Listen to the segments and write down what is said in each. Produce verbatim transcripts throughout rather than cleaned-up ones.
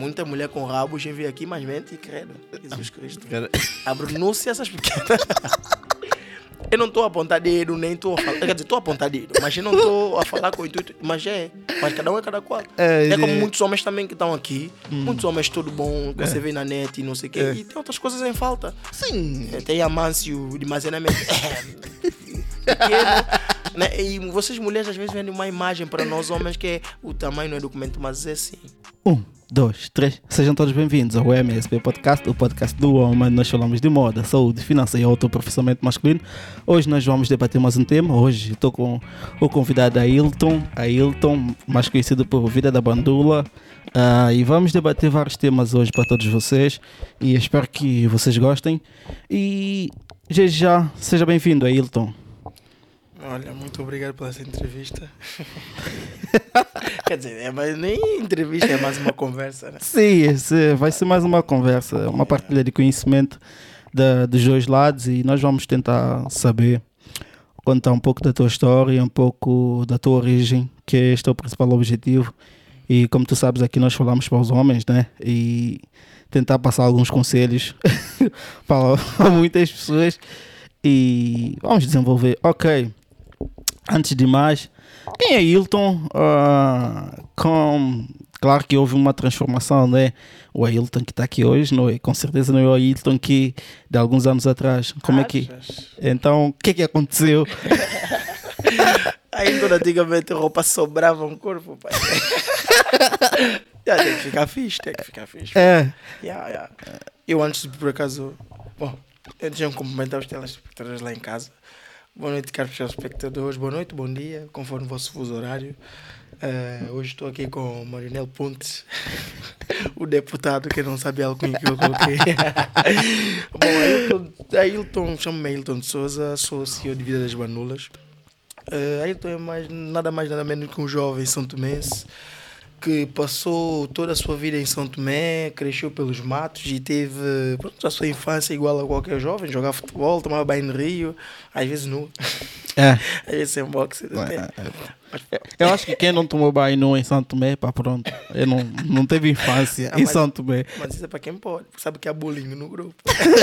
muita mulher com rabos envia aqui, mas mente, credo. Jesus Cristo. A pronúncia essas pequenas. Eu não estou a apontar dedo, nem estou a falar. Quer dizer, estou a apontar dedo, mas eu não estou a falar com o intuito. Mas é. Mas cada um é cada qual. É, é como é. muitos homens também que estão aqui. Hum. Muitos homens, tudo bom, que é. você vê na net e não sei o quê. É. E tem outras coisas em falta. Sim. Tem Amâncio de armazenamento. Pequeno. Né? E vocês mulheres às vezes vendem uma imagem para nós homens que é o tamanho não é documento, mas é assim. Um, dois, três. Sejam todos bem-vindos ao M S P Podcast, o podcast do homem. Nós falamos de moda, saúde, finanças e autoaperfeiçoamento masculino. Hoje nós vamos debater mais um tema. Hoje estou com o convidado Ailton, Ailton, mais conhecido por Vida da Bandula. Uh, e vamos debater vários temas hoje para todos vocês. E espero que vocês gostem. E já, já seja bem-vindo, Ailton. Olha, muito obrigado pela essa entrevista. Quer dizer, é mais, nem entrevista, é mais uma conversa, né? Sim, esse vai ser mais uma conversa, uma partilha de conhecimento da, dos dois lados e nós vamos tentar saber, contar um pouco da tua história, um pouco da tua origem, que este é o principal objetivo. E como tu sabes, aqui nós falamos para os homens, né? E tentar passar alguns conselhos para muitas pessoas e vamos desenvolver. Ok. Antes de mais, quem é Ailton? Uh, com, claro que houve uma transformação, né? O Ailton que está aqui hoje, não é? Com certeza não é o Ailton que de alguns anos atrás. Como é que? Então, o que é que aconteceu? Ailton antigamente a roupa sobrava um corpo, pai. Já tem que ficar fixe, tem que ficar fixe. É. Yeah, yeah. Eu antes, por acaso, bom, eu tinha um cumprimentar os telespectadores lá em casa. Boa noite, caros telespectadores. Boa noite, bom dia, conforme o vosso fuso horário. Uh, hoje estou aqui com o Marinel Pontes, o deputado que não sabe algo que eu coloquei. Bom, Ailton, Ailton chamo-me Ailton de Souza, sou C E O de Vida das Bandulas. Uh, Ailton é mais, nada mais nada menos que um jovem são tomense que passou toda a sua vida em São Tomé, cresceu pelos matos e teve pronto, a sua infância igual a qualquer jovem, jogar futebol, tomar banho no rio, às vezes nu, é. às vezes sem boxe. É. Eu acho que quem não tomou banho nu em São Tomé, pá, pronto, eu não, não teve infância ah, em mas, São Tomé. Mas isso é para quem pode, sabe que há bullying no grupo.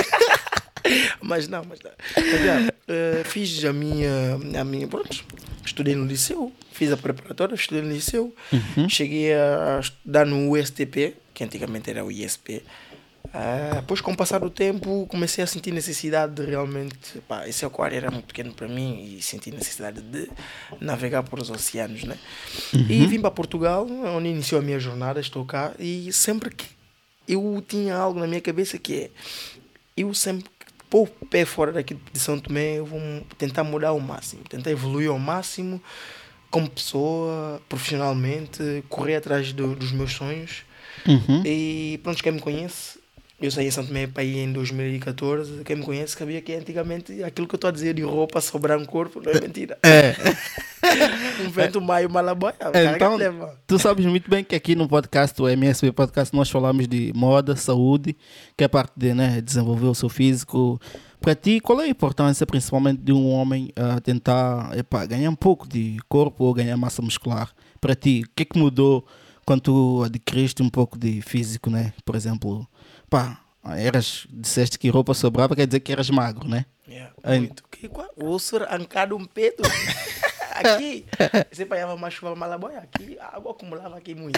Mas não, mas não. Mas, já, uh, fiz a minha, a minha, pronto, estudei no liceu, fiz a preparatória, estudei no liceu, uhum. Cheguei a estudar no U S T P, que antigamente era o I S P. Uh, depois, com o passar do tempo, comecei a sentir necessidade de realmente, pá, esse aquário era muito pequeno para mim e senti necessidade de navegar por os oceanos, né? Uhum. E vim para Portugal, onde iniciou a minha jornada, estou cá, e sempre que eu tinha algo na minha cabeça que é, eu sempre pôr o pé fora daqui de São Tomé, eu vou tentar mudar ao máximo, tentar evoluir ao máximo como pessoa, profissionalmente, correr atrás do, dos meus sonhos. Uhum. E pronto, quem me conhece, eu saí em São Tomé para ir em dois mil e catorze, quem me conhece sabia que antigamente aquilo que eu estou a dizer de roupa sobrar um corpo não é mentira. É. Um vento maio malaboia. Então, tu sabes muito bem que aqui no podcast, o M S P Podcast, nós falamos de moda, saúde, que é parte de, né, desenvolver o seu físico. Para ti, qual é a importância, principalmente, de um homem uh, tentar epá, ganhar um pouco de corpo ou ganhar massa muscular? Para ti, o que é que mudou quando tu adquiriste um pouco de físico, né? Por exemplo, pá, eras, disseste que roupa sobrava, quer dizer que eras magro, né? Yeah, muito. Que, o osso arrancado um peito. Aqui, você apanhava uma chuva malaboia, aqui a água acumulava aqui muito.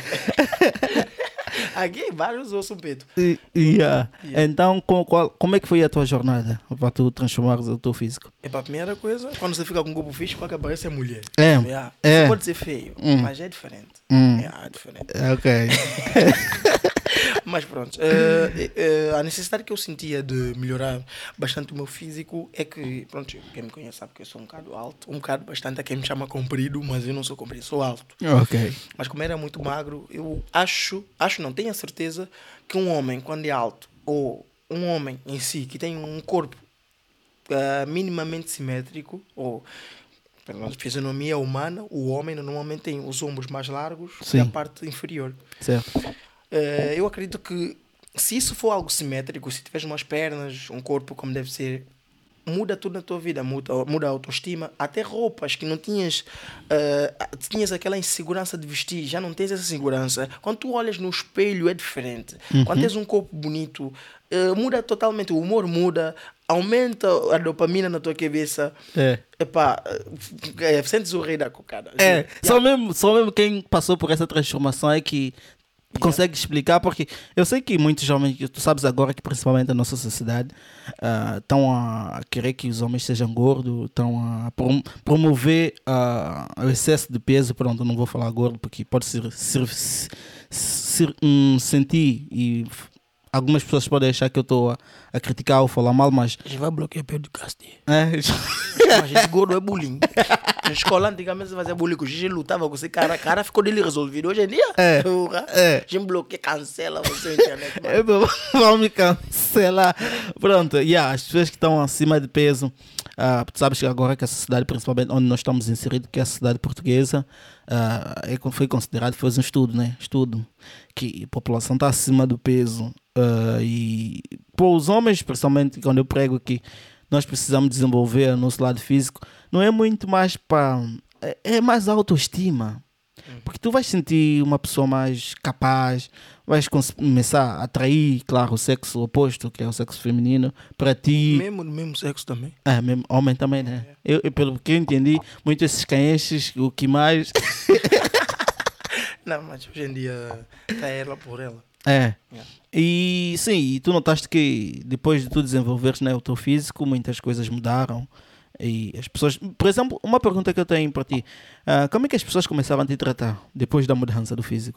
Aqui, vários ossos um peito. Yeah. Yeah. Então, com, qual, como é que foi a tua jornada para tu transformares o teu físico? É para a primeira coisa, quando você fica com um corpo físico, que aparece é mulher. É. Yeah. É. Você pode ser feio, hum. mas é diferente. Hum. É, é diferente. Ok. Mas pronto, uh, uh, a necessidade que eu sentia de melhorar bastante o meu físico é que, pronto, quem me conhece sabe que eu sou um bocado alto, um bocado bastante a quem me chama comprido, mas eu não sou comprido, sou alto. Ok. Mas como era muito magro, eu acho, acho não, tenho a certeza que um homem quando é alto, ou um homem em si que tem um corpo uh, minimamente simétrico, ou pela fisionomia humana, o homem normalmente tem os ombros mais largos e a parte inferior. Certo. Uh, eu acredito que se isso for algo simétrico, se tiveres umas pernas, um corpo como deve ser, muda tudo na tua vida, muda, muda a autoestima, até roupas que não tinhas, uh, tinhas aquela insegurança de vestir, já não tens essa segurança. Quando tu olhas no espelho é diferente. Uhum. Quando tens um corpo bonito, uh, muda totalmente, o humor muda, aumenta a dopamina na tua cabeça. É. Epá, é, sentes o rei da cocada. É, yeah. só, mesmo, só mesmo quem passou por essa transformação é que consegue explicar, porque eu sei que muitos homens, tu sabes agora que principalmente a nossa sociedade estão uh, a querer que os homens sejam gordos, estão a prom promover uh, o excesso de peso. Pronto, não vou falar gordo porque pode ser, ser, ser um, sentir e algumas pessoas podem achar que eu estou a, a criticar ou falar mal, mas... A gente vai bloquear pelo podcast. É. A gente gordo é bullying. Na escola antigamente você fazia bullying com o Gigi, lutava com você, cara, cara ficou dele resolvido. Hoje em dia, é. É. a gente bloqueia, cancela você na internet. É, vão me cancelar. Pronto, yeah, as pessoas que estão acima de peso, uh, tu sabes que agora que a sociedade, principalmente onde nós estamos inseridos, que é a sociedade portuguesa, uh, é, foi considerado, fez um estudo, né? Estudo que a população está acima do peso. Uh, e para os homens, principalmente quando eu prego que nós precisamos desenvolver o nosso lado físico, não é muito mais para... É, é mais autoestima. Porque tu vais sentir uma pessoa mais capaz, vais começar a atrair, claro, o sexo oposto, que é o sexo feminino, para ti. Mesmo no mesmo sexo também. É, mesmo homem também, né? É. Eu, eu, pelo que eu entendi, muito esses canhenches, o que mais... Não, mas hoje em dia está ela por ela. É. Yeah. E sim, e tu notaste que depois de tu desenvolveres, né, o teu físico, muitas coisas mudaram. E as pessoas, por exemplo, uma pergunta que eu tenho para ti, uh, como é que as pessoas começaram a te tratar depois da mudança do físico?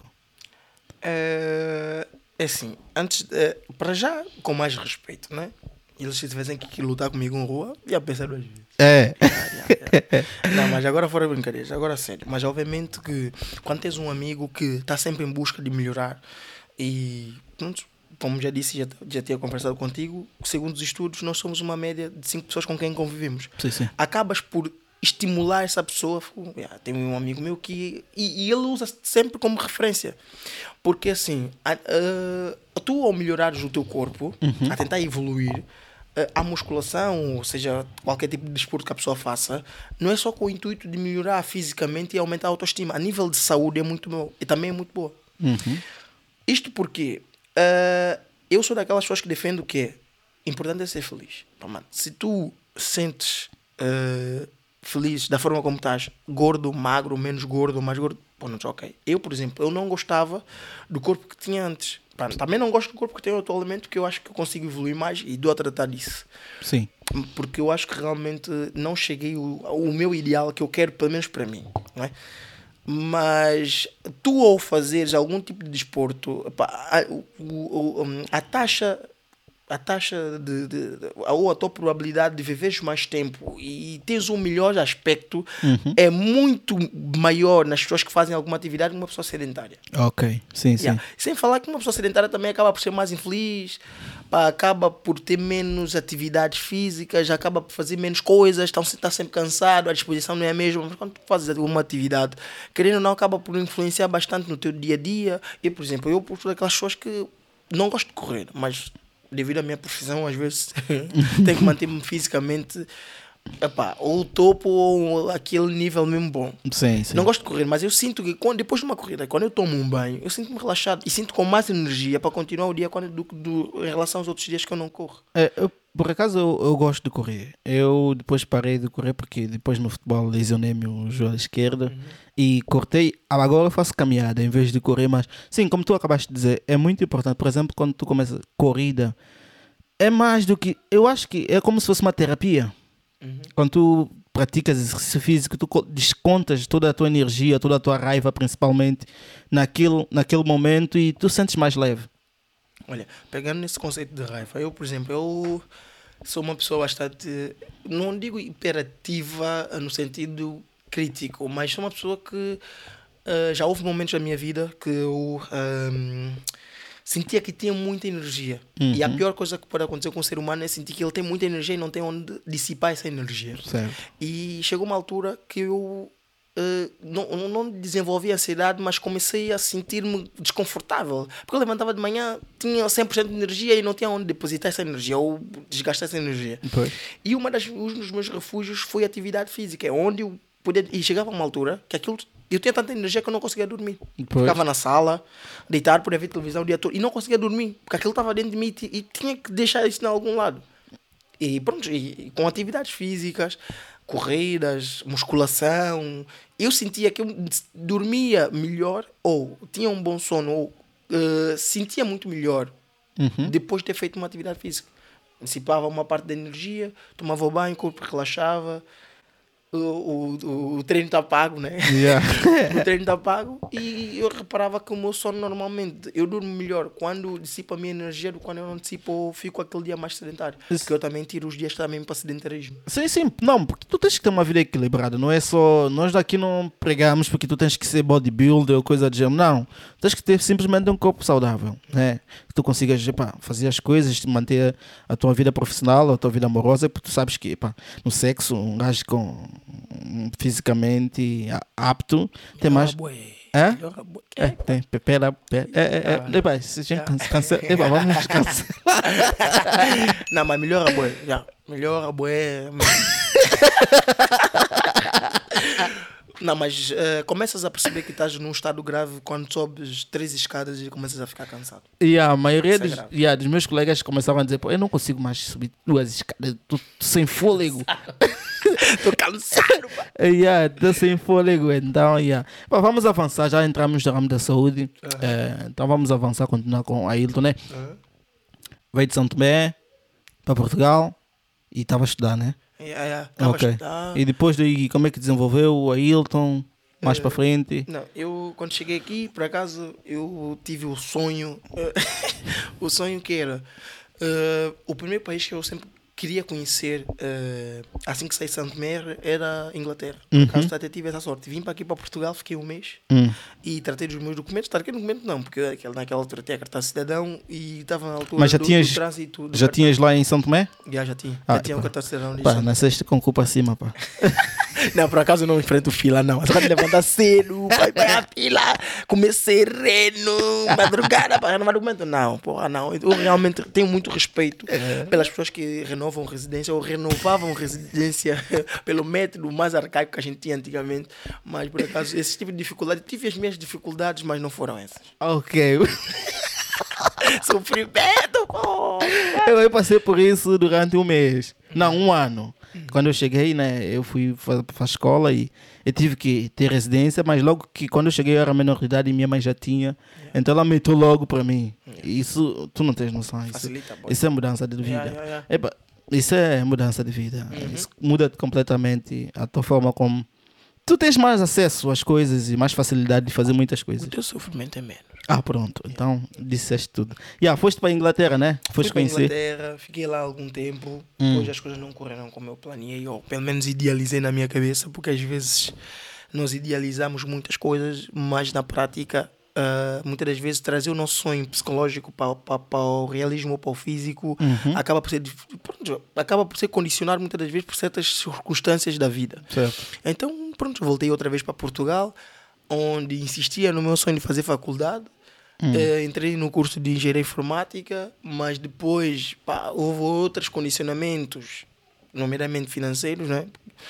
É, é assim, antes, é, para já, com mais respeito, né? Eles se tivessem que lutar comigo em rua, ia pensar duas vezes. É. Yeah, yeah, yeah. Não, mas agora fora brincadeiras, agora sério. Mas obviamente que quando tens um amigo que está sempre em busca de melhorar e, pronto, como já disse, já, já tinha conversado contigo, segundo os estudos, nós somos uma média de cinco pessoas com quem convivemos. Sim, sim. Acabas por estimular essa pessoa. Yeah, tem um amigo meu que... E, e ele usa sempre como referência. Porque assim, a, a, tu ao melhorares o teu corpo, uhum. a tentar evoluir, a, a musculação, ou seja, qualquer tipo de desporto que a pessoa faça, não é só com o intuito de melhorar fisicamente e aumentar a autoestima. A nível de saúde é muito bom. E também é muito boa. Uhum. Isto porque... Uh, eu sou daquelas pessoas que defendo que é importante é ser feliz. Pá, mano, se tu sentes uh, feliz da forma como estás, gordo, magro, menos gordo, mais gordo, pô, não está ok. Eu, por exemplo, eu não gostava do corpo que tinha antes. Pá, também não gosto do corpo que tenho atualmente, porque eu acho que eu consigo evoluir mais e dou a tratar disso. Sim. Porque eu acho que realmente não cheguei ao, ao meu ideal que eu quero, pelo menos para mim, não é? Mas tu ao fazeres algum tipo de desporto, pá, a, a, a taxa, a taxa de, de, de, ou a tua probabilidade de viveres mais tempo e tens um melhor aspecto, uhum. é muito maior nas pessoas que fazem alguma atividade que uma pessoa sedentária. Ok, sim, yeah. sim. Sem falar que uma pessoa sedentária também acaba por ser mais infeliz, pá, acaba por ter menos atividades físicas, acaba por fazer menos coisas, então você está sempre cansado, a disposição não é a mesma. Mas quando tu fazes alguma atividade, querendo ou não, acaba por influenciar bastante no teu dia a dia. E, por exemplo, eu sou daquelas pessoas que não gosto de correr, mas devido à minha profissão, às vezes tenho que manter-me fisicamente, epá, ou o topo ou aquele nível mesmo bom. Sim, sim. Não gosto de correr, mas eu sinto que quando, depois de uma corrida, quando eu tomo um banho, eu sinto-me relaxado e sinto com mais energia para continuar o dia quando, do, do, em relação aos outros dias que eu não corro. É, eu, por acaso eu, eu gosto de correr. Eu depois parei de correr porque depois no futebol lesionei-me o joelho esquerdo, uhum. e cortei. Agora eu faço caminhada em vez de correr, mas sim, como tu acabaste de dizer, é muito importante. Por exemplo, quando tu começas corrida, é mais do que... Eu acho que é como se fosse uma terapia. Uhum. Quando tu praticas exercício físico, tu descontas toda a tua energia, toda a tua raiva, principalmente, naquele, naquele momento, e tu sentes mais leve. Olha, pegando nesse conceito de raiva, eu, por exemplo, eu sou uma pessoa bastante, não digo hiperativa no sentido crítico, mas sou uma pessoa que uh, já houve momentos da minha vida que eu... Um, sentia que tinha muita energia. Uhum. E a pior coisa que pode acontecer com o ser humano é sentir que ele tem muita energia e não tem onde dissipar essa energia. Certo. E chegou uma altura que eu uh, não, não desenvolvi ansiedade, mas comecei a sentir-me desconfortável. Porque eu levantava de manhã, tinha cem por cento de energia e não tinha onde depositar essa energia ou desgastar essa energia. Pois. E uma das, um dos meus refúgios foi a atividade física, onde eu podia, e chegava a uma altura que aquilo, eu tinha tanta energia que eu não conseguia dormir. Pois. Ficava na sala, deitar, podia ver televisão o dia todo e não conseguia dormir, porque aquilo estava dentro de mim e, e tinha que deixar isso em algum lado. E pronto, e, e com atividades físicas, corridas, musculação, eu sentia que eu dormia melhor ou tinha um bom sono ou uh, sentia muito melhor Uhum. depois de ter feito uma atividade física. Dissipava uma parte da energia, tomava banho, o corpo relaxava, o, o, o, o treino está pago, né? Yeah. O treino está pago e eu reparava que o meu sono normalmente, eu durmo melhor quando dissipo a minha energia do que quando eu não dissipo ou fico aquele dia mais sedentário. Isso. Porque eu também tiro os dias também para sedentarismo. Sim, sim, não, porque tu tens que ter uma vida equilibrada, não é só, nós daqui não pregamos porque tu tens que ser bodybuilder ou coisa do gênero, não, tens que ter simplesmente um corpo saudável, né, que tu consigas, epá, fazer as coisas, manter a tua vida profissional, a tua vida amorosa, porque tu sabes que, epá, no sexo, um gajo com, fisicamente apto, tem mais... É? É, tem, pera, pera, é, é, é, epá, se a gente cansa, cansa, epá, vamos descansar. Não, mas melhora bué, já, melhora bué. Não, mas uh, começas a perceber que estás num estado grave quando sobes três escadas e começas a ficar cansado. E a maioria dos, é yeah, dos meus colegas começavam a dizer, pô, eu não consigo mais subir duas escadas, estou sem fôlego. Estou cansado, pá. Yeah, estou sem fôlego, então, yeah. Pá, vamos avançar, já entramos no ramo da saúde, Uhum. eh, então vamos avançar, continuar com a Ailton, né? Uhum. Veio de São Tomé para Portugal e estava a estudar, né? Yeah, yeah. Tava Ok. a estudar. E depois daí, como é que desenvolveu o Ailton, mais Eh, para frente? Não, eu quando cheguei aqui, por acaso, eu tive o sonho, eh, o sonho que era, eh, o primeiro país que eu sempre queria conhecer, eh, assim que saí de Santo Tomé, era a Inglaterra. Por Uhum. acaso até tive essa sorte. Vim para aqui para Portugal, fiquei um mês Hum. e tratei dos meus documentos. Tratei documento não, porque aquele- naquela altura tinha cartão de cidadão e estava na altura Mas já do, tinhas- do trânsito. Do Já cartão. tinhas lá em São Tomé? Já, já tinha. Ah, já tinha um pá. cartão de cidadão. de Pá, Santo- nasceste com culpa acima, pá. Não, por acaso eu não enfrento fila, não. Mas quando levantar cedo, vai para a fila, comer sereno, madrugada para renovar documento. Não, porra, não. Eu realmente tenho muito respeito pelas pessoas que renovam residência ou renovavam residência pelo método mais arcaico que a gente tinha antigamente. Mas, por acaso, esse tipo de dificuldade, tive as minhas dificuldades, mas não foram essas. Ok. Sofrimento, pô! Eu, eu passei por isso durante um mês. Não, um ano. Quando eu cheguei, né, eu fui para a escola e eu tive que ter residência, mas logo que quando eu cheguei eu era menor de idade e minha mãe já tinha. Então ela meteu logo para mim. E isso, tu não tens noção. Isso, Facilita, boy. isso é mudança de vida. Yeah, yeah, yeah. Epa, isso é mudança de vida. Isso muda completamente a tua forma como... Tu tens mais acesso às coisas e mais facilidade de fazer muitas O coisas. teu sofrimento é menos. Ah, pronto. Então, disseste tudo. Yeah, foste para a Inglaterra, né? Foste Fui para a conhecer. Inglaterra, fiquei lá algum tempo, Hum. depois as coisas não correram como eu planeei, ou pelo menos idealizei na minha cabeça, porque às vezes nós idealizamos muitas coisas, mas na prática, ah, muitas das vezes trazer o nosso sonho psicológico para, para, para o realismo ou para o físico Uhum. acaba por ser dif- pronto, acaba por ser condicionado muitas das vezes por certas circunstâncias da vida. Certo. Então, pronto, voltei outra vez para Portugal, onde insistia no meu sonho de fazer faculdade. Eh, entrei no curso de engenharia informática, mas depois pá, houve outros condicionamentos, nomeadamente financeiros, né?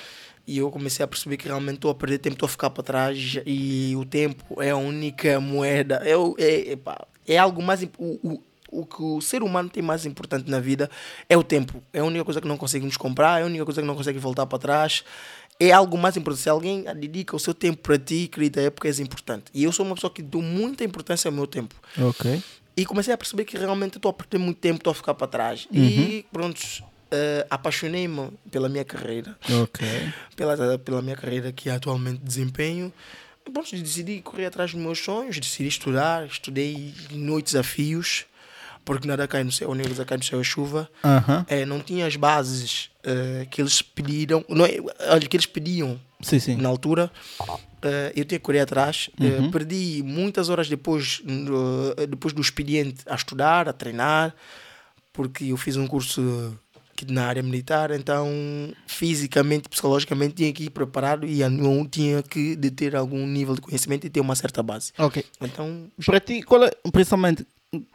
E eu comecei a perceber que realmente estou a perder tempo, estou a ficar para trás e o tempo é a única moeda, é, o- é, é, pá, é algo mais... imp- O, o, o que o ser humano tem mais importante na vida é o tempo. É a única coisa que não conseguimos comprar, é a única coisa que não consegue voltar para trás. É algo mais importante. Se alguém dedica o seu tempo para ti, acredita, é porque és importante. E eu sou uma pessoa que dou muita importância ao meu tempo. Ok. E comecei a perceber que realmente estou a perder muito tempo, estou a ficar para trás. E pronto, eh, apaixonei-me pela minha carreira. Ok. Pela, pela minha carreira que atualmente desempenho. E, pronto, decidi correr atrás dos meus sonhos, decidi estudar, estudei noites a fios, porque nada cai no céu, nem luz cai no céu é chuva. Aham. Eh, não tinha as bases eh, que eles pediram, não é, olha, que eles pediam Sim, sim. na altura. Eh, eu tinha que correr atrás. Eh, perdi muitas horas depois, no- depois do expediente a estudar, a treinar, porque eu fiz um curso que na área militar, então fisicamente, psicologicamente tinha que ir preparado e não tinha que de ter algum nível de conhecimento e ter uma certa base. Ok. Então, Para ti, qual é, principalmente,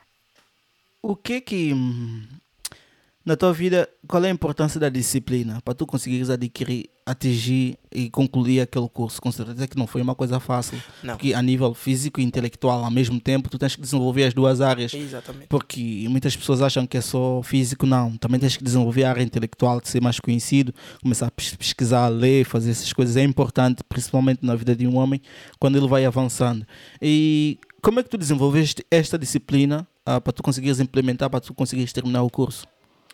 o que é que, hum, na tua vida, qual é a importância da disciplina para tu conseguires adquirir, atingir e concluir aquele curso? Com certeza que não foi uma coisa fácil, não. porque a nível físico e intelectual ao mesmo tempo, tu tens que desenvolver as duas áreas. Exatamente. Porque muitas pessoas acham que é só físico, não. Também tens que desenvolver a área intelectual, de ser mais conhecido, começar a pes- pesquisar, ler, fazer essas coisas. É importante, principalmente na vida de um homem, quando ele vai avançando. E como é que tu desenvolveste esta disciplina ah, para tu conseguires implementar, para tu conseguires terminar o curso?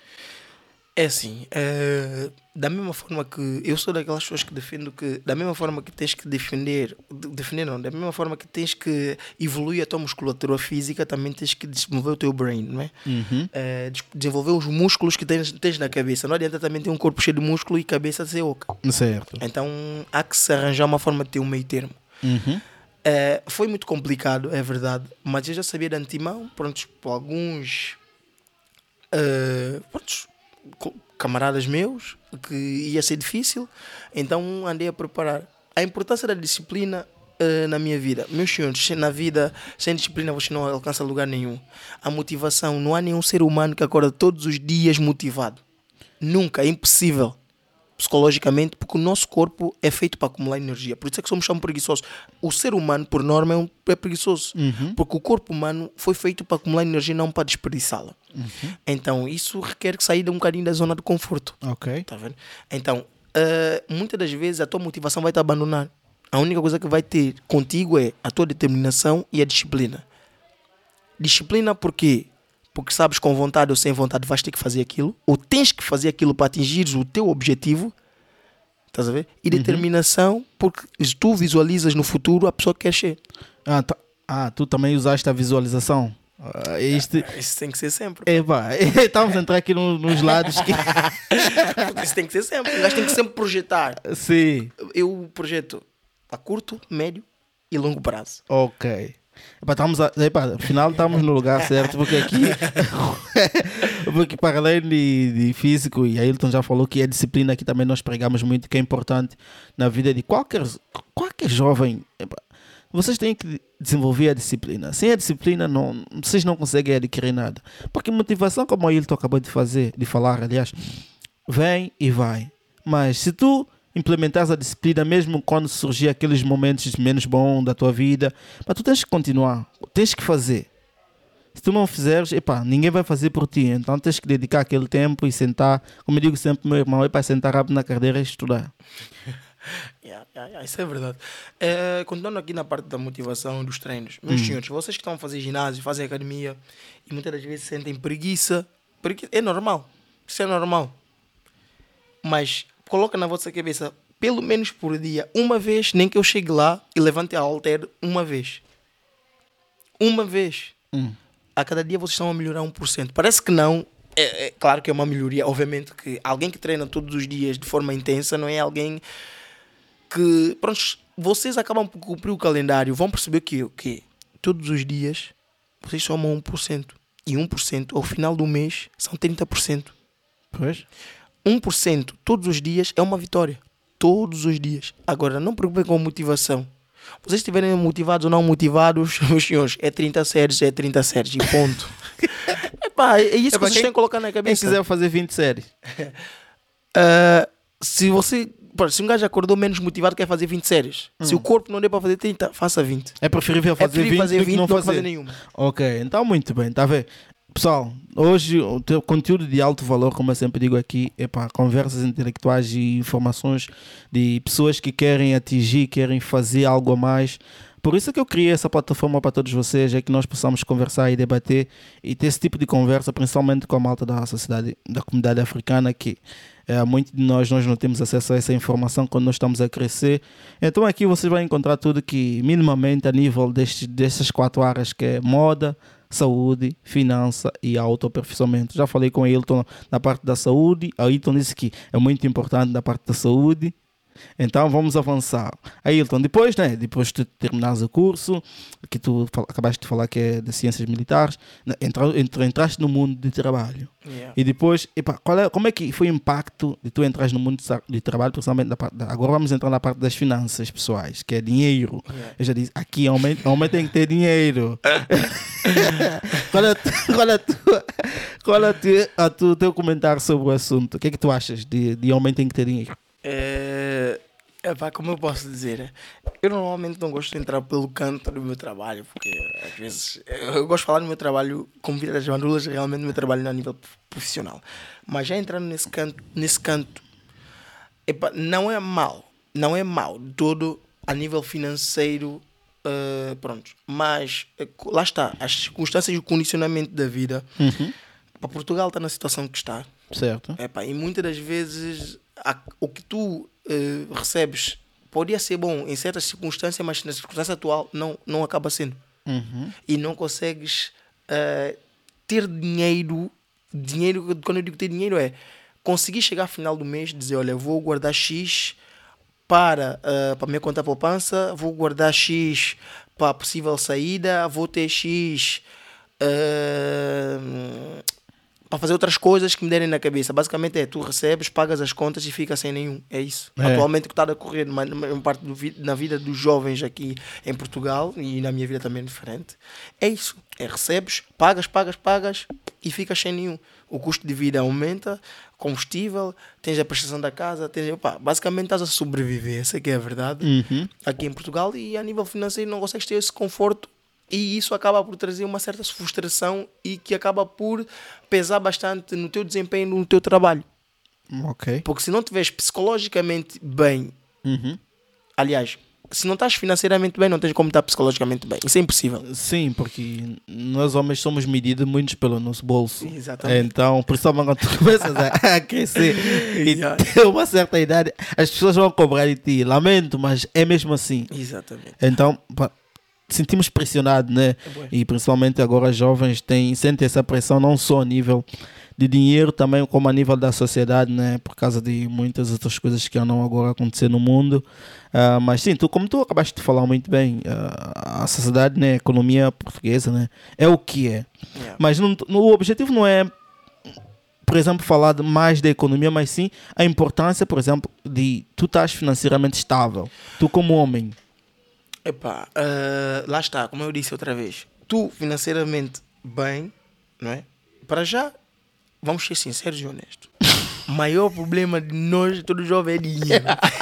É assim, eh, da mesma forma que eu sou daquelas pessoas que defendo que, da mesma forma que tens que defender, de- defender não, da mesma forma que tens que evoluir a tua musculatura física, também tens que desenvolver o teu brain, não é? Uhum. Eh, des- desenvolver os músculos que tens, tens na cabeça. Não adianta também ter um corpo cheio de músculo e cabeça ser oca. Certo. Então há que se arranjar uma forma de ter um meio termo. Uhum. Eh, foi muito complicado, é verdade, mas eu já sabia de antemão, pronto, por alguns eh, prontos, co- camaradas meus que ia ser difícil, então andei a preparar. A importância da disciplina eh, na minha vida, meus senhores, se- na vida sem disciplina você não alcança lugar nenhum. A motivação, não há nenhum ser humano que acorda todos os dias motivado, nunca, é impossível psicologicamente, porque o nosso corpo é feito para acumular energia. Por isso é que somos tão preguiçosos. O ser humano, por norma, é, um, é preguiçoso. Uhum. Porque o corpo humano foi feito para acumular energia, não para desperdiçá-la. Uhum. Então, isso requer que sair um bocadinho da zona de conforto. Ok. Tá vendo? Então, eh, muitas das vezes a tua motivação vai te abandonar. A única coisa que vai ter contigo é a tua determinação e a disciplina. Disciplina por quê? Porque sabes com vontade ou sem vontade vais ter que fazer aquilo, ou tens que fazer aquilo para atingires o teu objetivo, estás a ver? E determinação porque tu visualizas no futuro a pessoa que quer ser. Ah, tá- ah, tu também usaste a visualização. Ah, este... Isso tem que ser sempre. Eba, estamos a entrar aqui no- nos lados que... Isso tem que ser sempre. O gajo tem que sempre projetar. Sim. Eu projeto a curto, médio e longo prazo. Ok. Epá, estamos a, epá, afinal estamos no lugar certo, porque aqui, porque para além de, de físico, e Ailton já falou que é disciplina que também nós pregamos muito, que é importante na vida de qualquer, qualquer jovem. Epá, vocês têm que desenvolver a disciplina. Sem a disciplina, não, vocês não conseguem adquirir nada. Porque motivação, como o Ailton acabou de fazer, de falar, aliás, vem e vai. Mas se tu implementares a disciplina, mesmo quando surgir aqueles momentos menos bons da tua vida, mas tu tens que continuar, tens que fazer. Se tu não fizeres, epá, ninguém vai fazer por ti. Então tens que dedicar aquele tempo e sentar, como eu digo sempre, meu irmão, é para sentar rápido na cadeira e estudar. Yeah, yeah, yeah, isso é verdade. Eh, continuando aqui na parte da motivação dos treinos, meus senhores, vocês que estão a fazer ginásio, fazem academia e muitas das vezes sentem preguiça, preguiça é normal, isso é normal. Mas coloca na vossa cabeça, pelo menos por dia, uma vez, nem que eu chegue lá e levante a halter uma vez. Uma vez. Hum. A cada dia vocês estão a melhorar um por cento. Parece que não. É, é claro que é uma melhoria. Obviamente que alguém que treina todos os dias de forma intensa não é alguém que... Pronto, vocês acabam por cumprir o calendário. Vão perceber que, que todos os dias vocês somam um por cento. E um por cento ao final do mês são trinta por cento. Pois? um por cento todos os dias é uma vitória. Todos os dias. Agora, não preocupem com motivação. Vocês estiverem motivados ou não motivados, meus senhores, é trinta séries, é trinta séries e ponto. Epá, é isso Epá, que vocês quem- têm que colocar na Quem cabeça. quiser fazer vinte séries. Ah, se você... pô, se um gajo acordou menos motivado, quer fazer vinte séries. Se o corpo não der para fazer trinta, faça vinte. É preferível É fazer preferível vinte fazer do que vinte não do que fazer. fazer nenhuma. Ok, então muito bem, tá a ver? Pessoal, hoje o teu conteúdo de alto valor, como eu sempre digo aqui, é para conversas intelectuais e informações de pessoas que querem atingir, querem fazer algo a mais. Por isso é que eu criei essa plataforma para todos vocês, é que nós possamos conversar e debater e ter esse tipo de conversa, principalmente com a malta da sociedade, da comunidade africana, que é, muitos de nós, nós não temos acesso a essa informação quando nós estamos a crescer. Então aqui você vai encontrar tudo que minimamente a nível destes, destas quatro áreas, que é moda, saúde, finança e autoaperfeiçoamento. Já falei com o Ailton na parte da saúde. O Ailton disse que é muito importante na parte da saúde. Então vamos avançar. Ailton, depois, né? Depois de terminares o curso, que tu fal- acabaste de falar que é de ciências militares, né, entra, entra, entraste no mundo de trabalho. Yeah. E depois, epa, qual é, como é que foi o impacto de tu entrares no mundo de, sa- de trabalho, principalmente da parte da, agora vamos entrar na parte das finanças pessoais, que é dinheiro. Yeah. Eu já disse, aqui homem, homem tem que ter dinheiro. qual é, a tu- qual é, a tua- qual é a tu- a tu- o teu comentário sobre o assunto? O que é que tu achas de, de homem tem que ter dinheiro? É, epá, como eu posso dizer, eu normalmente não gosto de entrar pelo canto do meu trabalho, porque às vezes eu gosto de falar do meu trabalho como vida das bandulas, realmente do meu trabalho a nível profissional. Mas já entrando nesse canto, nesse canto epá, não é mau, não é mau de todo a nível financeiro, uh, pronto. Mas eh, lá está, as circunstâncias e o condicionamento da vida. Uhum. Para Portugal está na situação que está. Certo. Epá, e muitas das vezes há- o que tu eh, recebes poderia ser bom em certas circunstâncias, mas na circunstância atual não, não acaba sendo. Uhum. E não consegues eh, ter dinheiro. Dinheiro, quando eu digo ter dinheiro, é conseguir chegar ao final do mês e dizer: olha, eu vou guardar X para, eh, para a minha conta poupança, vou guardar X para a possível saída, vou ter X. eh, para fazer outras coisas que me derem na cabeça. Basicamente é, tu recebes, pagas as contas e fica sem nenhum. É isso. É. Atualmente o que está a decorrer numa, numa parte do vi- na vida dos jovens aqui em Portugal, e na minha vida também é diferente, é isso. É recebes, pagas, pagas, pagas e ficas sem nenhum. O custo de vida aumenta, combustível, tens a prestação da casa, tens, opa, basicamente estás a sobreviver, essa que é a verdade, Uhum. aqui em Portugal, e a nível financeiro não consegues ter esse conforto. E isso acaba por trazer uma certa frustração e que acaba por pesar bastante no teu desempenho, no teu trabalho. Ok. Porque se não estiveres psicologicamente bem, Uhum. aliás, se não estás financeiramente bem, não tens como estar psicologicamente bem. Isso é impossível. Sim, porque nós homens somos medidos muito pelo nosso bolso. Exatamente. Então, principalmente quando tu começas a, a crescer e Yeah. ter uma certa idade, as pessoas vão cobrar de ti. Lamento, mas é mesmo assim. Exatamente. Então, pá, sentimos pressionados, né? É bué. E principalmente agora jovens têm, sentem essa pressão não só a nível de dinheiro, também como a nível da sociedade, né? Por causa de muitas outras coisas que andam agora a acontecer no mundo. Ah, mas sim, tu, como tu acabaste de falar muito bem, ah, a sociedade, né? A economia portuguesa, né? É o que é. Yeah. Mas não, no, o objetivo não é, por exemplo, falar de mais da economia, mas sim a importância, por exemplo, de tu estás financeiramente estável. Tu como homem. Epá, ah, lá está, como eu disse outra vez, tu financeiramente bem, não é? Para já, vamos ser sinceros e honestos. O maior problema de nós, todo jovem, é dinheiro.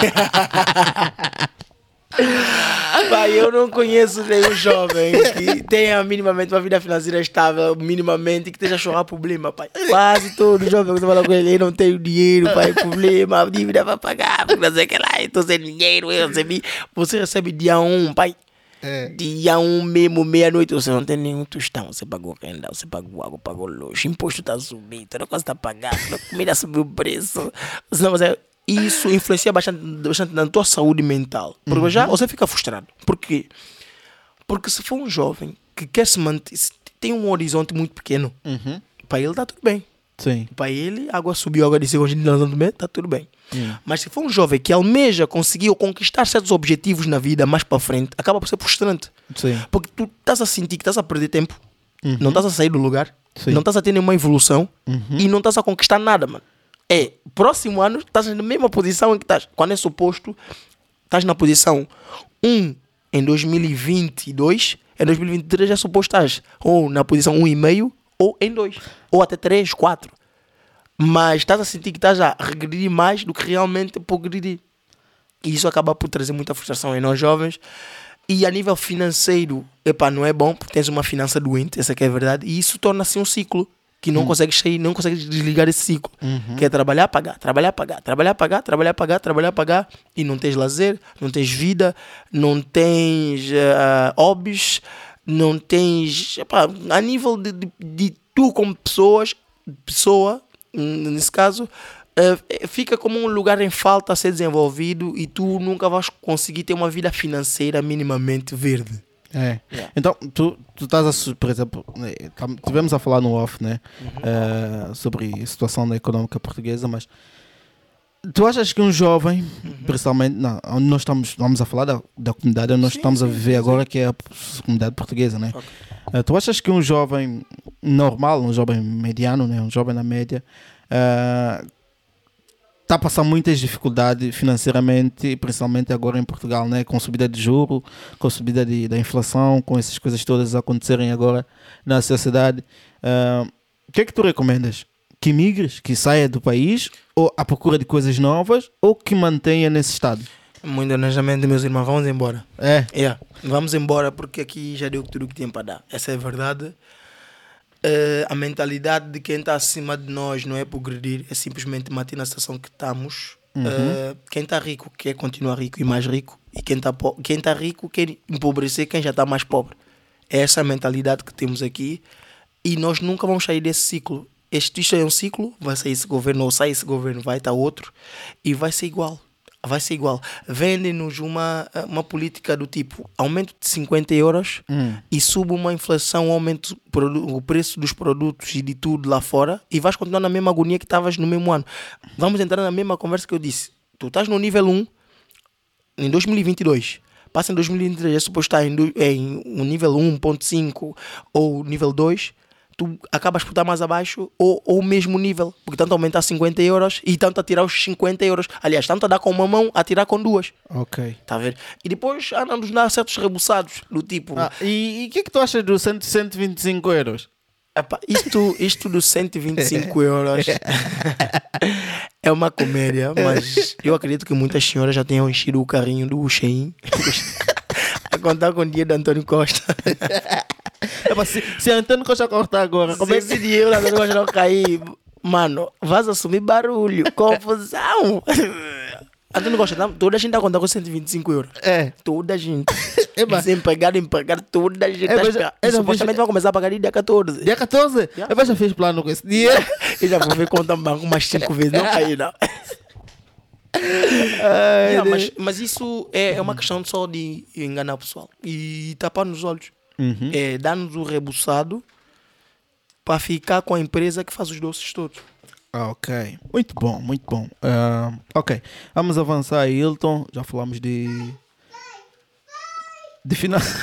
Pai, eu não conheço nenhum jovem que tenha minimamente uma vida financeira estável, minimamente, e que esteja a chorar problema, pai. Quase todo jovem que você fala com ele, eu não tenho dinheiro, pai, problema, dívida para pagar, porque não sei o que lá, eu estou sem dinheiro, eu recebi. Você recebe dia um, pai. É. Dia um mesmo, meia-noite, você não tem nenhum tostão, você pagou renda, você pagou água, pagou luz, imposto está subindo, toda coisa está pagando, a comida subiu o preço. Senão você, isso influencia bastante, bastante na tua saúde mental. Porque Uhum. já você fica frustrado. Por quê? Porque se for um jovem que quer se manter, se tem um horizonte muito pequeno, Uhum. para ele está tudo bem. Sim. Para ele, água subiu, água desceu, hoje não bem, está tudo bem. Hum. Mas se for um jovem que almeja conseguir ou conquistar certos objetivos na vida mais para frente, acaba por ser frustrante. Sim. Porque tu estás a sentir que estás a perder tempo, Uhum. não estás a sair do lugar, Sim. não estás a ter nenhuma evolução Uhum. e não estás a conquistar nada, mano. É, próximo ano estás na mesma posição em que estás. Quando é suposto, estás na posição um em dois mil e vinte e dois, em dois mil e vinte e três é suposto estás ou na posição um e meio ou em dois, ou até três, quatro. Mas estás a sentir que estás a regredir mais do que realmente progredir. E isso acaba por trazer muita frustração em nós jovens. E a nível financeiro, epá, não é bom, porque tens uma finança doente, essa que é a verdade. E isso torna-se um ciclo que não consegues sair, não consegues desligar esse ciclo. Uhum. Que é trabalhar, pagar, trabalhar, pagar, trabalhar, pagar, trabalhar, pagar, trabalhar, pagar. E não tens lazer, não tens vida, não tens uh, hobbies, não tens... Epá, a nível de, de, de tu como pessoas, pessoa, nesse caso, uh, fica como um lugar em falta a ser desenvolvido e tu nunca vais conseguir ter uma vida financeira minimamente verde. É. Yeah. Então, tu, tu estás a, su- por exemplo, eh, tam- tivemos a falar no off, né? Eh, sobre a situação da econômica portuguesa, mas Tu achas que um jovem, uhum. principalmente, não, onde nós estamos, vamos a falar da, da comunidade onde nós sim, estamos sim, a viver sim. agora, que é a comunidade portuguesa, né? Okay. Uh, tu achas que um jovem normal, um jovem mediano, né? Um jovem na média, uh, está a passar muitas dificuldades financeiramente, principalmente agora em Portugal, né? Com subida de juros, com subida de, da inflação, com essas coisas todas a acontecerem agora na sociedade. Uh, o que é que tu recomendas? Que migres, que saia do país, ou à procura de coisas novas, ou que mantenha nesse estado? Muito honestamente, meus irmãos, vamos embora. É? Yeah, vamos embora porque aqui já deu tudo o que tinha para dar. Essa é a verdade. Uh, a mentalidade de quem está acima de nós não é progredir, é simplesmente manter na situação que estamos. Uhum. Uh, quem está rico quer continuar rico e mais rico, e quem está po- quem tá rico quer empobrecer quem já está mais pobre. É essa a mentalidade que temos aqui e nós nunca vamos sair desse ciclo. Este isto é um ciclo, vai sair esse governo ou sai esse governo, vai estar outro e vai ser igual. Vai ser igual. Vendem-nos uma, uma política do tipo aumento de cinquenta euros hum. e sube uma inflação, aumento o preço dos produtos e de tudo lá fora e vais continuar na mesma agonia que estavas no mesmo ano. Vamos entrar na mesma conversa que eu disse. Tu estás no nível um em dois mil e vinte e dois. Passa em dois mil e vinte e três, é suposto estar em, em um nível um ponto cinco ou nível dois. Tu acabas por estar mais abaixo ou o mesmo nível, porque tanto aumentar cinquenta euros e tanto a tirar os cinquenta euros, aliás, tanto a dar com uma mão, a tirar com duas. Ok. Tá a ver? E depois andamos a certos rebuçados, do tipo... Ah, e o que é que tu achas dos cento e vinte e cinco euros? Epá, isto, isto dos cento e vinte e cinco euros é uma comédia, mas eu acredito que muitas senhoras já tenham enchido o carrinho do Shein a contar com o dinheiro de António Costa. É, se, se Antônio Costa cortar agora, como se é esse dinheiro de Antônio Costa não cair, mano, vais assumir barulho, confusão. Antônio Costa, toda a gente está a contar com cento e vinte e cinco euros. É. Toda a gente. É, desempregado, empregado, toda a gente. É, tá e supostamente fiz... vai começar a pagar dia catorze. Dia catorze? Yeah. Eu já fiz plano com esse dinheiro. Eu já vou ver conta no banco umas cinco vezes, não cair não. Ai, yeah, mas, mas isso é, é uma questão só de enganar o pessoal e tapar nos olhos. Uhum. É dar-nos o rebuçado para ficar com a empresa que faz os doces todos. Ah, ok. Muito bom, muito bom. Uh, ok, vamos avançar aí, Hilton. Já falamos de... De finanças.